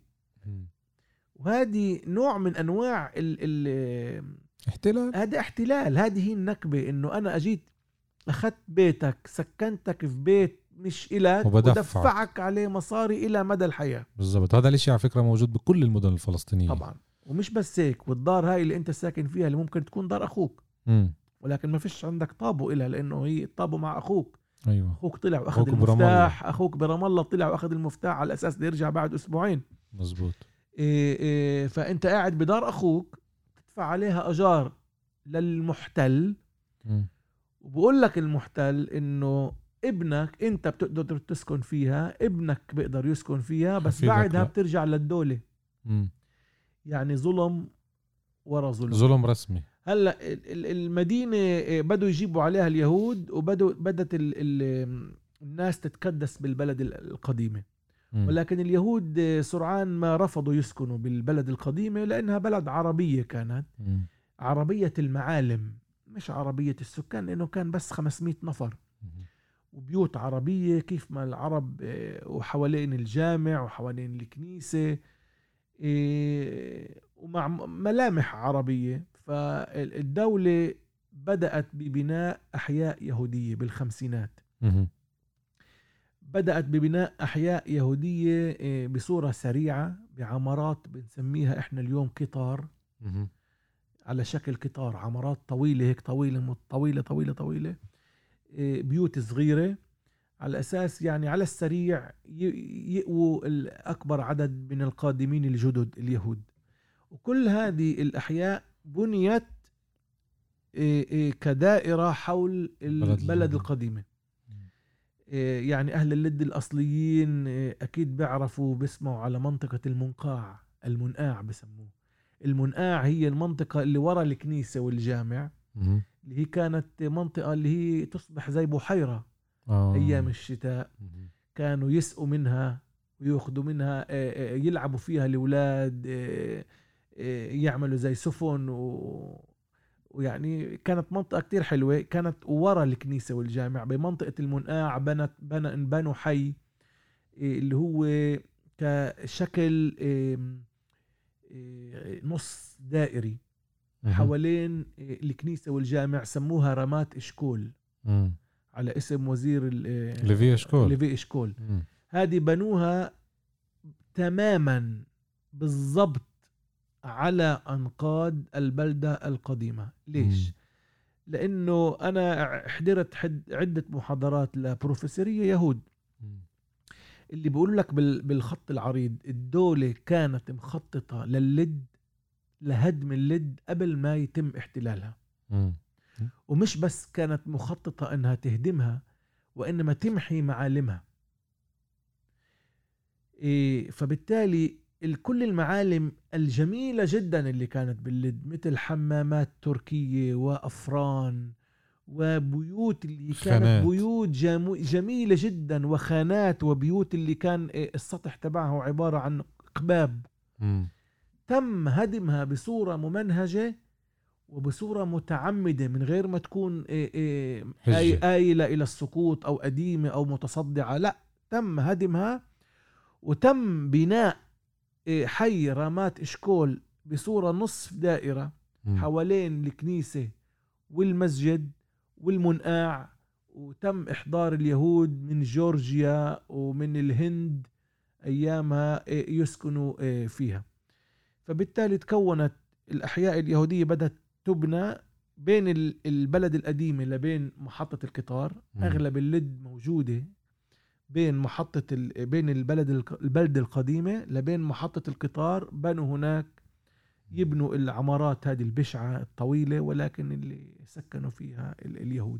وهذه نوع من أنواع ال ال احتلال، هذا احتلال، هذه هي النكبة، إنه أنا أجيت أخذت بيتك، سكنتك في بيت مش إلك، ودفعك عليه مصاري إلى مدى الحياة. بالضبط. هذا الاشي على فكرة موجود بكل المدن الفلسطينية طبعا. ومش بس هيك، والدار هاي اللي أنت ساكن فيها اللي ممكن تكون دار أخوك، م. ولكن ما فيش عندك طابو إلها، لأنه هي الطابو مع أخوك. أيوة. أخوك طلع وأخذ المفتاح، أخوك برام الله طلع وأخذ المفتاح على أساس دي يرجع بعد أسبوعين. مزبوط. إيه إيه، فأنت قاعد بدار أخوك تدفع عليها أجار للمحتل. م. وبقول لك المحتل إنه ابنك أنت بتقدر تسكن فيها، ابنك بيقدر يسكن فيها، بس بعدها لا. بترجع للدولة. م. يعني ظلم ورا ظلم، ظلم رسمي. هلا المدينة بدوا يجيبوا عليها اليهود، وبدوا بدت الناس تتكدس بالبلد القديمة. م. ولكن اليهود سرعان ما رفضوا يسكنوا بالبلد القديمة، لأنها بلد عربية كانت. م. عربية المعالم مش عربية السكان، لأنه كان بس خمسمائة نفر. م. وبيوت عربية كيف ما العرب، وحوالين الجامع وحوالين الكنيسة، ومع ملامح عربية. فالدولة بدأت ببناء أحياء يهودية بالخمسينات. م. بدأت ببناء أحياء يهودية بصورة سريعة بعمارات بنسميها إحنا اليوم قطار، م. على شكل قطار، عمارات طويلة هيك، طويلة طويلة طويلة طويلة، بيوت صغيرة، على أساس يعني على السريع يقووا الأكبر عدد من القادمين الجدد اليهود. وكل هذه الأحياء بنيت كدائرة حول البلد القديمة. يعني أهل اللد الأصليين أكيد بيعرفوا، بيسمعوا على منطقة المنقاع، المنقاع بسموه. المنقاع هي المنطقة اللي وراء الكنيسة والجامع، م. اللي هي كانت منطقة اللي هي تصبح زي بحيرة. آه. أيام الشتاء م. كانوا يسقوا منها ويأخذوا منها، يلعبوا فيها الأولاد، يعملوا زي سفن و... ويعني كانت منطقة كتير حلوة. كانت ورا الكنيسة والجامع بمنطقة المنقاع، بنت بن... بنوا حي اللي هو كشكل نص دائري حوالين الكنيسة والجامع، سموها رمات إشكول م. على اسم وزير ليفي إشكول. ليفي إشكول. هذه بنوها تماما بالضبط على أنقاض البلدة القديمة. ليش؟ م. لأنه أنا حضرت عدة محاضرات لبروفيسورية يهود م. اللي بيقول لك بالخط العريض الدولة كانت مخططة لللد، لهدم اللد قبل ما يتم احتلالها. م. ومش بس كانت مخططة أنها تهدمها، وإنما تمحي معالمها. إيه، فبالتالي كل المعالم الجميلة جدا اللي كانت باللد، مثل حمامات تركية وأفران وبيوت اللي كانت خانات. بيوت جميلة جدا، وخانات وبيوت اللي كان السطح تبعها عبارة عن قباب، م. تم هدمها بصورة ممنهجة وبصورة متعمدة من غير ما تكون آي آيلة إلى السقوط أو قديمة أو متصدعة. لا، تم هدمها وتم بناء حي رامات إشكول بصورة نصف دائرة م. حوالين الكنيسة والمسجد والمنقاع وتم إحضار اليهود من جورجيا ومن الهند أيامها يسكنوا فيها. فبالتالي تكونت الأحياء اليهودية بدأت تبنى بين البلد القديمة لبين محطة القطار. أغلب اللد موجودة بين محطة بين البلد البلد القديمة لبين محطة القطار. بنوا هناك يبنوا العمارات هذه البشعة الطويلة، ولكن اللي سكنوا فيها اليهود.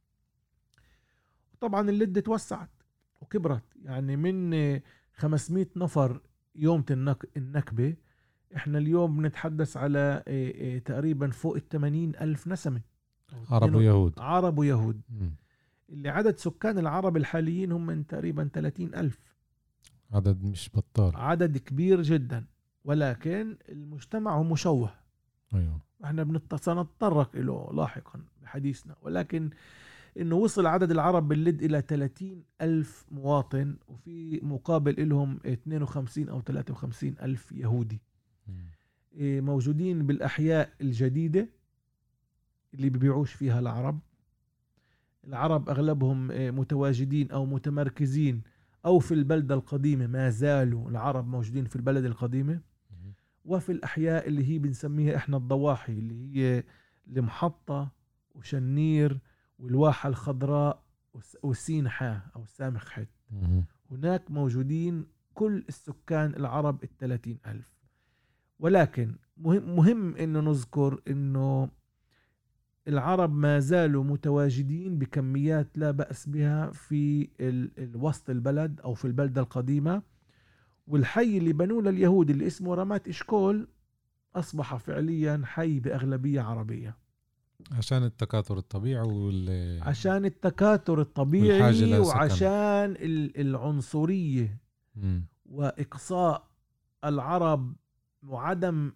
طبعا اللد توسعت وكبرت، يعني من خمسمائة نفر يوم النكبة احنا اليوم بنتحدث على تقريبا فوق الثمانين ألف نسمة عرب ويهود. عرب ويهود اللي عدد سكان العرب الحاليين هم من تقريبا ثلاثين ألف. عدد مش بطال، عدد كبير جدا، ولكن المجتمع هو مشوه. أيوة. احنا بنتطرق له لاحقا بحديثنا، ولكن انه وصل عدد العرب باللد الى ثلاثين ألف مواطن، وفي مقابل لهم اثنين وخمسين او ثلاثة وخمسين ألف يهودي موجودين بالأحياء الجديدة اللي بيبيعوش فيها العرب. العرب أغلبهم متواجدين أو متمركزين أو في البلدة القديمة، ما زالوا العرب موجودين في البلد القديمة، وفي الأحياء اللي هي بنسميها إحنا الضواحي، اللي هي المحطة وشنير والواحة الخضراء والسينحة أو السامخ حت. هناك موجودين كل السكان العرب الثلاثين ألف. ولكن مهم, مهم إنه نذكر إنه العرب ما زالوا متواجدين بكميات لا بأس بها في الوسط البلد أو في البلدة القديمة. والحي اللي بنوه لليهود اللي اسمه رمات إشكول أصبح فعليا حي بأغلبية عربية، عشان التكاثر الطبيعي وال... عشان التكاثر الطبيعي وعشان العنصرية م. وإقصاء العرب وعدم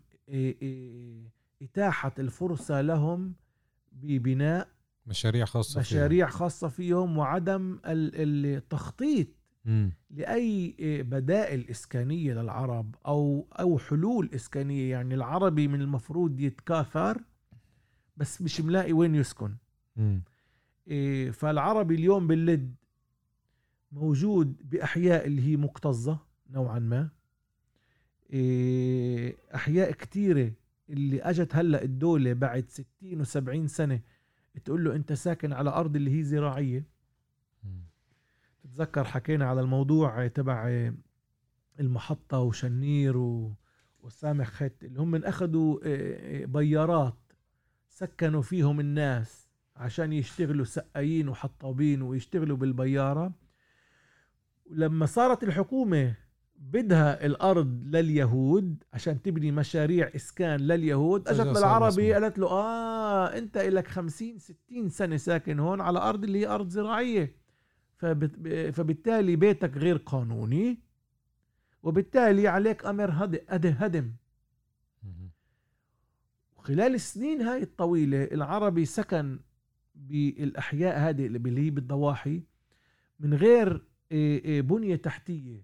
إتاحة الفرصة لهم ببناء مشاريع خاصة مشاريع فيهم. خاصة فيهم، وعدم التخطيط م. لأي بدائل إسكانية للعرب أو أو حلول إسكانية. يعني العربي من المفروض يتكاثر بس مش ملاقي وين يسكن. إيه فالعربي اليوم باللد موجود بأحياء اللي هي مكتظة نوعا ما. إيه أحياء كتيرة اللي أجت هلأ الدولة بعد ستين وسبعين سنة تقول له أنت ساكن على أرض اللي هي زراعية. تتذكر حكينا على الموضوع تبع المحطة وشنير وسامخ خت اللي هم من أخذوا بيارات سكنوا فيهم الناس عشان يشتغلوا سقايين وحطابين ويشتغلوا بالبيارة. ولما صارت الحكومة بدها الأرض لليهود عشان تبني مشاريع إسكان لليهود، أجت للعربي قالت له آه أنت إلك خمسين ستين سنة ساكن هون على أرض اللي هي أرض زراعية، فبالتالي بيتك غير قانوني، وبالتالي عليك أمر هدم. خلال السنين هاي الطويلة العربي سكن بالأحياء هذه اللي هي بالضواحي من غير بنية تحتية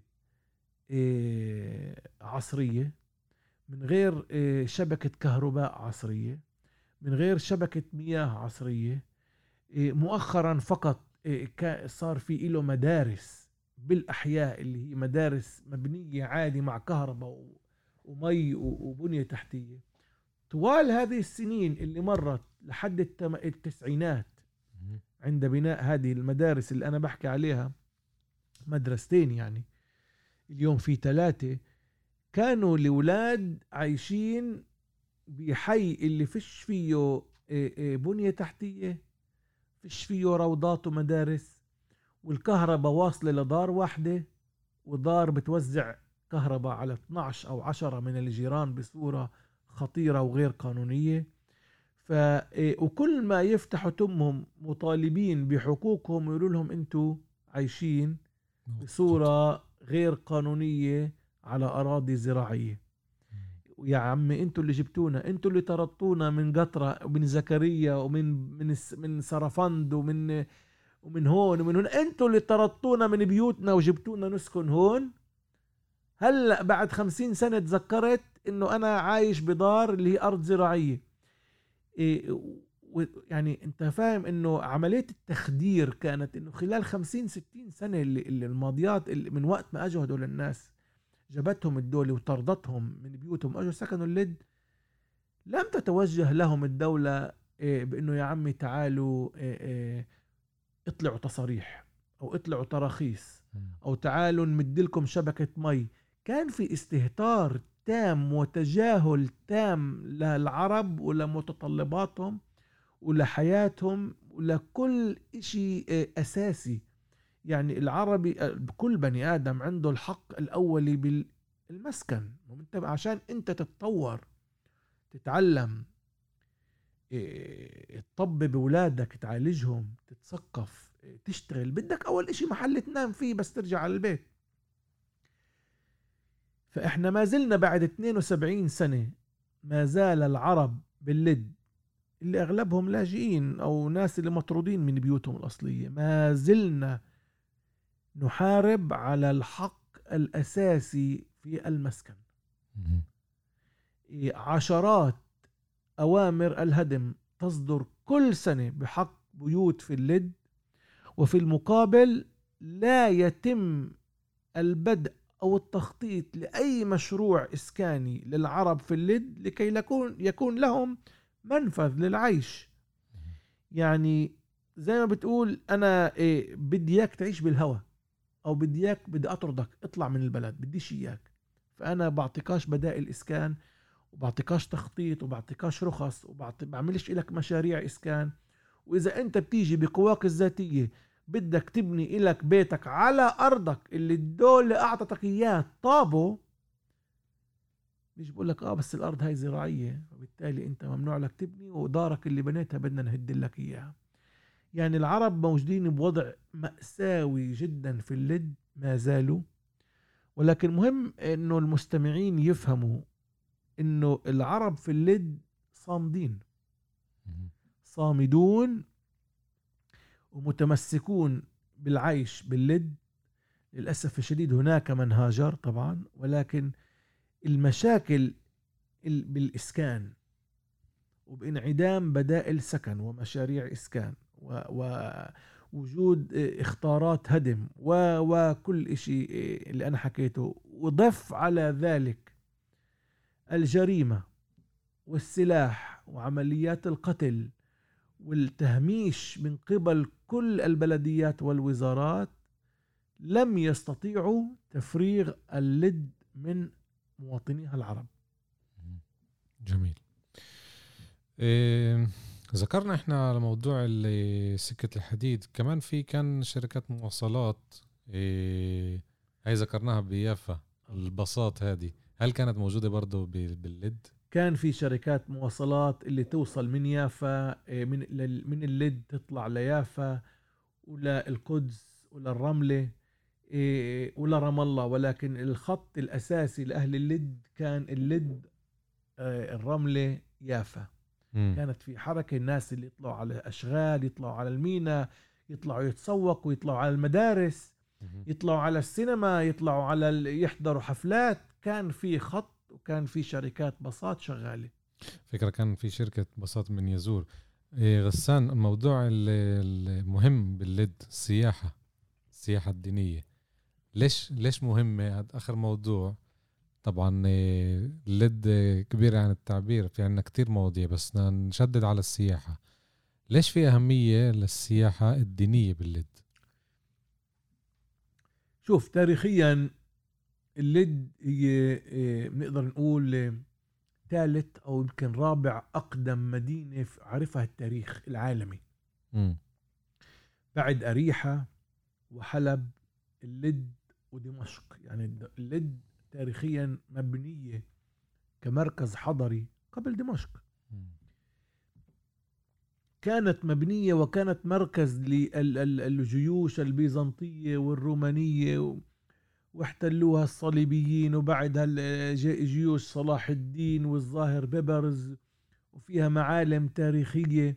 عصرية، من غير شبكة كهرباء عصرية، من غير شبكة مياه عصرية. مؤخرا فقط صار في له مدارس بالأحياء اللي هي مدارس مبنية عادي مع كهرباء ومي وبنية تحتية. طوال هذه السنين اللي مرت لحد التسعينات عند بناء هذه المدارس اللي أنا بحكي عليها، مدرستين يعني اليوم في ثلاثة، كانوا الأولاد عايشين بحي اللي فيش فيه بنية تحتية، فيش فيه روضات ومدارس، والكهرباء واصلة لدار واحدة، ودار بتوزع كهرباء على اثناشر أو عشرة من الجيران بصورة خطيرة وغير قانونية. ف وكل ما يفتحوا تمهم مطالبين بحقوقهم يقولوا لهم انتوا عايشين بصورة غير قانونية على أراضي زراعية. يا عمي انتوا اللي جبتونا، انتوا اللي طردتونا من قطرة ومن زكريا ومن من من سرفند ومن ومن هون ومن هون، انتوا اللي طردتونا من بيوتنا وجبتونا نسكن هون. هلأ بعد خمسين سنة تذكرت انه انا عايش بدار اللي هي ارض زراعية. إيه يعني انت فاهم انه عملية التخدير كانت انه خلال خمسين ستين سنة اللي, اللي الماضيات اللي من وقت ما اجوا هدول الناس جابتهم الدولة وطردتهم من بيوتهم واجوا سكنوا اللد، لم تتوجه لهم الدولة بانه يا عمي تعالوا اطلعوا تصاريح او اطلعوا تراخيص او تعالوا نمدلكم شبكة مي. كان في استهتار تام وتجاهل تام للعرب ولمتطلباتهم ولحياتهم ولكل إشي أساسي. يعني العربي كل بني آدم عنده الحق الأولي بالمسكن، عشان أنت تتطور تتعلم تطبب بولادك تعالجهم تتثقف تشتغل، بدك أول إشي محل تنام فيه بس ترجع على البيت. فإحنا ما زلنا بعد اثنين وسبعين سنة ما زال العرب باللد اللي أغلبهم لاجئين أو ناس اللي مطرودين من بيوتهم الأصلية، ما زلنا نحارب على الحق الأساسي في المسكن. عشرات أوامر الهدم تصدر كل سنة بحق بيوت في اللد، وفي المقابل لا يتم البدء أو التخطيط لأي مشروع إسكاني للعرب في اللد لكي يكون, يكون لهم منفذ للعيش. يعني زي ما بتقول أنا إيه بدي إياك تعيش بالهوى أو بدي إياك بدي أطردك اطلع من البلد بديش إياك، فأنا بعطيكاش بدائل إسكان وبعطيكاش تخطيط وبعطيكاش رخص وبعملش إلك مشاريع إسكان. وإذا أنت بتيجي بقواك الذاتية بدك تبني إلك بيتك على أرضك اللي الدولة أعطتك إياه طابو، مش بقول لك آه بس الأرض هاي زراعية وبالتالي أنت ممنوع لك تبني ودارك اللي بنيتها بدنا نهد لك إياها. يعني العرب موجودين بوضع مأساوي جدا في اللد ما زالوا، ولكن مهم إنه المستمعين يفهموا إنه العرب في اللد صامدين صامدون ومتمسكون بالعيش باللد. للأسف الشديد هناك من هاجر طبعا، ولكن المشاكل بالإسكان وبانعدام بدائل سكن ومشاريع إسكان ووجود اختارات هدم وكل إشي اللي أنا حكيته، وضف على ذلك الجريمة والسلاح وعمليات القتل والتهميش من قبل كل البلديات والوزارات، لم يستطيعوا تفريغ اللد من مواطنيها العرب. جميل. إيه ذكرنا احنا على موضوع سكة الحديد، كمان في كان شركات مواصلات إيه هاي ذكرناها بيافا، الباصات هذه هل كانت موجودة برضو باللد؟ كان في شركات مواصلات اللي توصل من يافا من من اللد تطلع ليافا ولا القدس ولا الرملة ولا رام الله، ولكن الخط الأساسي لأهل اللد كان اللد الرملة يافا. م. كانت في حركة الناس اللي يطلعوا على أشغال يطلعوا على المينا يطلعوا يتسوقوا يطلعوا على المدارس م. يطلعوا على السينما يطلعوا على يحضروا حفلات. كان في خط وكان في شركات باصات شغالة. فكرة كان في شركة باصات من يزور. إيه غسان، الموضوع المهم باللد السياحة السياحة الدينية، ليش ليش مهمة؟ هذا آخر موضوع. طبعا اللد كبير عن التعبير، في عنا كتير مواضيع بس نشدد على السياحة. ليش في أهمية للسياحة الدينية باللد؟ شوف تاريخيا اللد هي بنقدر نقول ثالث أو يمكن رابع أقدم مدينة عرفها التاريخ العالمي. م. بعد أريحة وحلب اللد ودمشق. يعني اللد تاريخيا مبنية كمركز حضري قبل دمشق. م. كانت مبنية وكانت مركز للجيوش البيزنطية والرومانية، واحتلوها الصليبيين وبعدها جيوش صلاح الدين والظاهر ببرز، وفيها معالم تاريخية.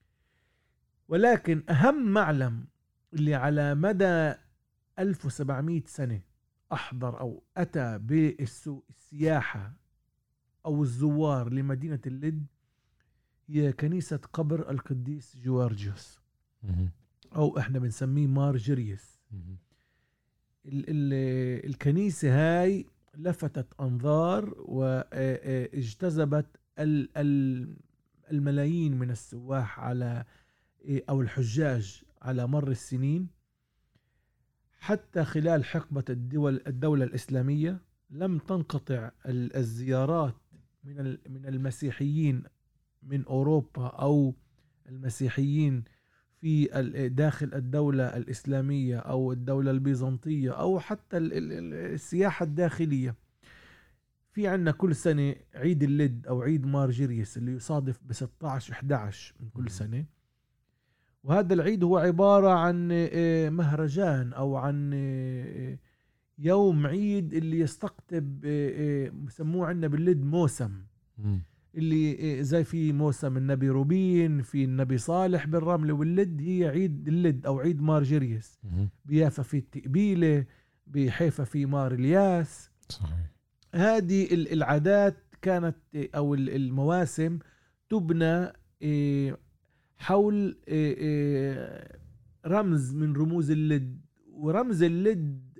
ولكن أهم معلم اللي على مدى ألف وسبعمائة سنة أحضر أو أتى بالسياحة أو الزوار لمدينة اللد هي كنيسة قبر القديس جورجيوس، مهم. أو إحنا بنسميه مارجريوس. مهم. ال ال الكنيسة هاي لفتت أنظار واجتذبت ال ال الملايين من السواح على أو الحجاج على مر السنين. حتى خلال حقبة الدول الدولة الإسلامية لم تنقطع الزيارات من من المسيحيين من أوروبا أو المسيحيين في داخل الدولة الإسلامية أو الدولة البيزنطية أو حتى السياحة الداخلية. في عنا كل سنة عيد اللد أو عيد مارجريوس اللي يصادف ب ستة عشر إحدى عشر من كل سنة، وهذا العيد هو عبارة عن مهرجان أو عن يوم عيد اللي يستقطب بسموه عنا باللد موسم، اللي زي في موسم النبي روبين، في النبي صالح بالرمل واللد. هي عيد اللد أو عيد مارجريوس. بيافا في التقبيلة، بحيفا في مار الياس. صحيح. هذه العادات كانت أو المواسم تبنى حول رمز من رموز اللد، ورمز اللد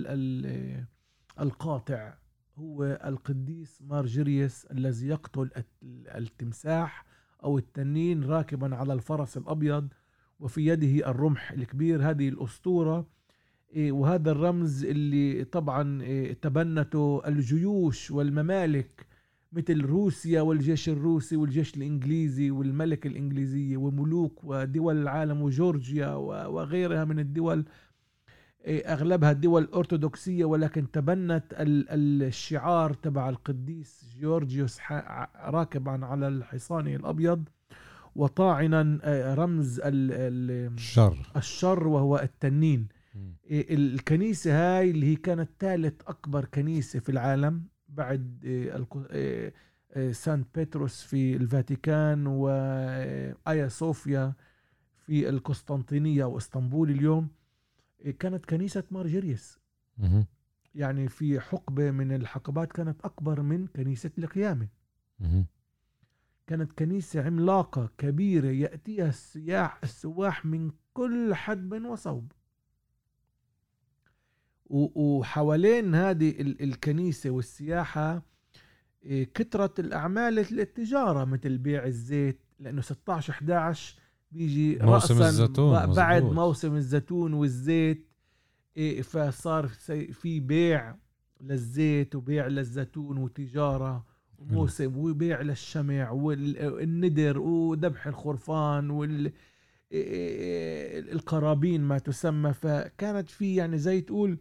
القاطع هو القديس مارجريوس الذي يقتل التمساح أو التنين راكبا على الفرس الأبيض وفي يده الرمح الكبير. هذه الأسطورة وهذا الرمز اللي طبعا تبنته الجيوش والممالك مثل روسيا والجيش الروسي والجيش الإنجليزي والملكة الإنجليزية وملوك ودول العالم وجورجيا وغيرها من الدول، أغلبها الدول أرثوذكسية، ولكن تبنت الشعار تبع القديس جورجيوس راكبا على الحصان الأبيض وطاعنا رمز الشر الشر وهو التنين. الكنيسة هاي اللي هي كانت ثالث أكبر كنيسة في العالم بعد سانت بطرس في الفاتيكان وآيا صوفيا في القسطنطينية واسطنبول اليوم، كانت كنيسة مارجريوس. يعني في حقبة من الحقبات كانت أكبر من كنيسة القيامة. كانت كنيسة عملاقة كبيرة يأتيها السياح السواح من كل حدب وصوب. وحوالين هذه الكنيسة والسياحة كثرت الأعمال التجارة مثل بيع الزيت، لأنه ستة عشر إحدى عشر بيجي موسم رأساً الزيتون بعد مزبوط. موسم الزيتون والزيت، فصار في بيع للزيت وبيع للزيتون وتجارة وموسم وبيع للشمع والندر وذبح الخرفان والقرابين ما تسمى. فكانت في يعني زي تقول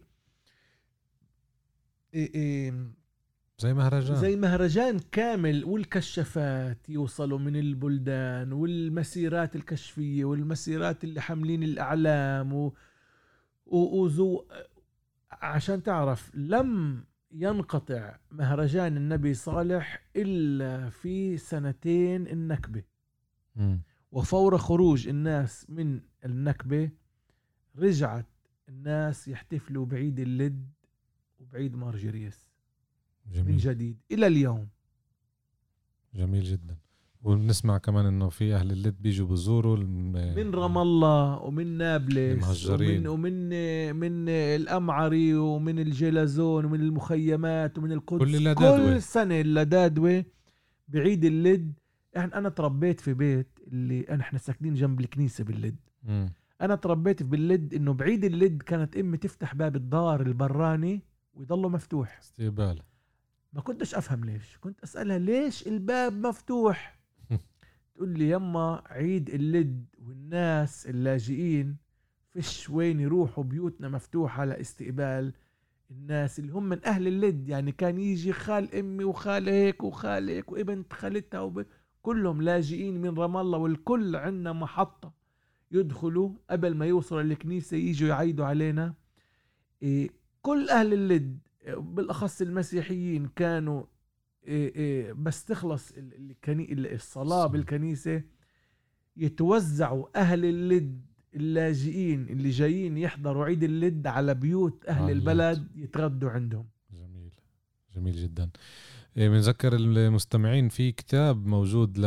زي مهرجان زي مهرجان كامل، والكشافات يوصلوا من البلدان والمسيرات الكشفية والمسيرات اللي حاملين الأعلام و... وزو عشان تعرف لم ينقطع مهرجان النبي صالح إلا في سنتين النكبة. م. وفور خروج الناس من النكبة رجعت الناس يحتفلوا بعيد اللد وبعيد مارجريوس جميل. من جديد إلى اليوم. جميل جدا. ونسمع كمان انه في اهل اللد بيجوا بزوروا من رام الله ومن نابلس ومن ومن من الأمعري ومن الجلازون ومن المخيمات ومن القدس كل, كل سنة اللدادوة بعيد اللد. احنا انا تربيت في بيت اللي احنا ساكنين جنب الكنيسة باللد. م. انا تربيت باللد انه بعيد اللد كانت امي تفتح باب الدار البراني ويضله مفتوح استقبال. ما كنتش افهم ليش، كنت اسألها ليش الباب مفتوح تقول لي يما عيد اللد والناس اللاجئين فيش وين يروحوا، بيوتنا مفتوحة لاستقبال الناس اللي هم من أهل اللد. يعني كان يجي خال أمي وخال هيك وخال هيك وابن خالتها وب... كلهم لاجئين من رام الله، والكل عنا محطة يدخلوا قبل ما يوصلوا للكنيسة ييجوا يعيدوا علينا. إيه كل أهل اللد بالأخص المسيحيين كانوا إيه إيه بس تخلص الصلاة بالكنيسة يتوزعوا أهل اللد اللاجئين اللي جايين يحضروا عيد اللد على بيوت أهل البلد يتغدوا عندهم. جميل جميل جدا. بنذكر المستمعين في كتاب موجود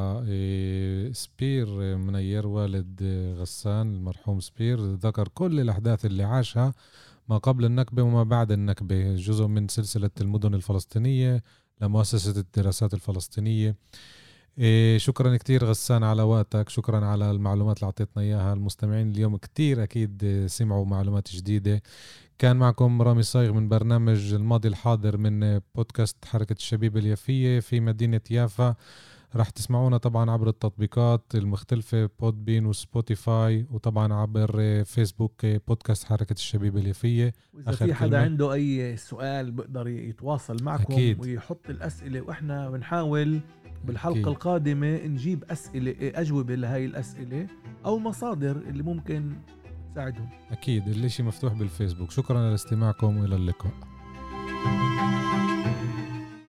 لسبير منير والد غسان المرحوم سبير، ذكر كل الأحداث اللي عاشها ما قبل النكبة وما بعد النكبة، جزء من سلسلة المدن الفلسطينية لمؤسسة الدراسات الفلسطينية. شكرا كتير غسان على وقتك، شكرا على المعلومات اللي عطيتنا إياها. المستمعين اليوم كتير أكيد سمعوا معلومات جديدة. كان معكم رامي صايغ من برنامج الماضي الحاضر من بودكاست حركة الشبيبة اليافية في مدينة يافا. راح تسمعونا طبعا عبر التطبيقات المختلفة بودبين وسبوتيفاي، وطبعا عبر فيسبوك بودكاست حركة الشبيبة اليافية. وإذا في حدا كلمة. عنده أي سؤال بقدر يتواصل معكم أكيد. ويحط الأسئلة وإحنا بنحاول بالحلقة أكيد. القادمة نجيب أسئلة أجوبة لهاي الأسئلة أو مصادر اللي ممكن تساعدهم. أكيد اللي شيء مفتوح بالفيسبوك. شكرا لاستماعكم وإلى اللقاء.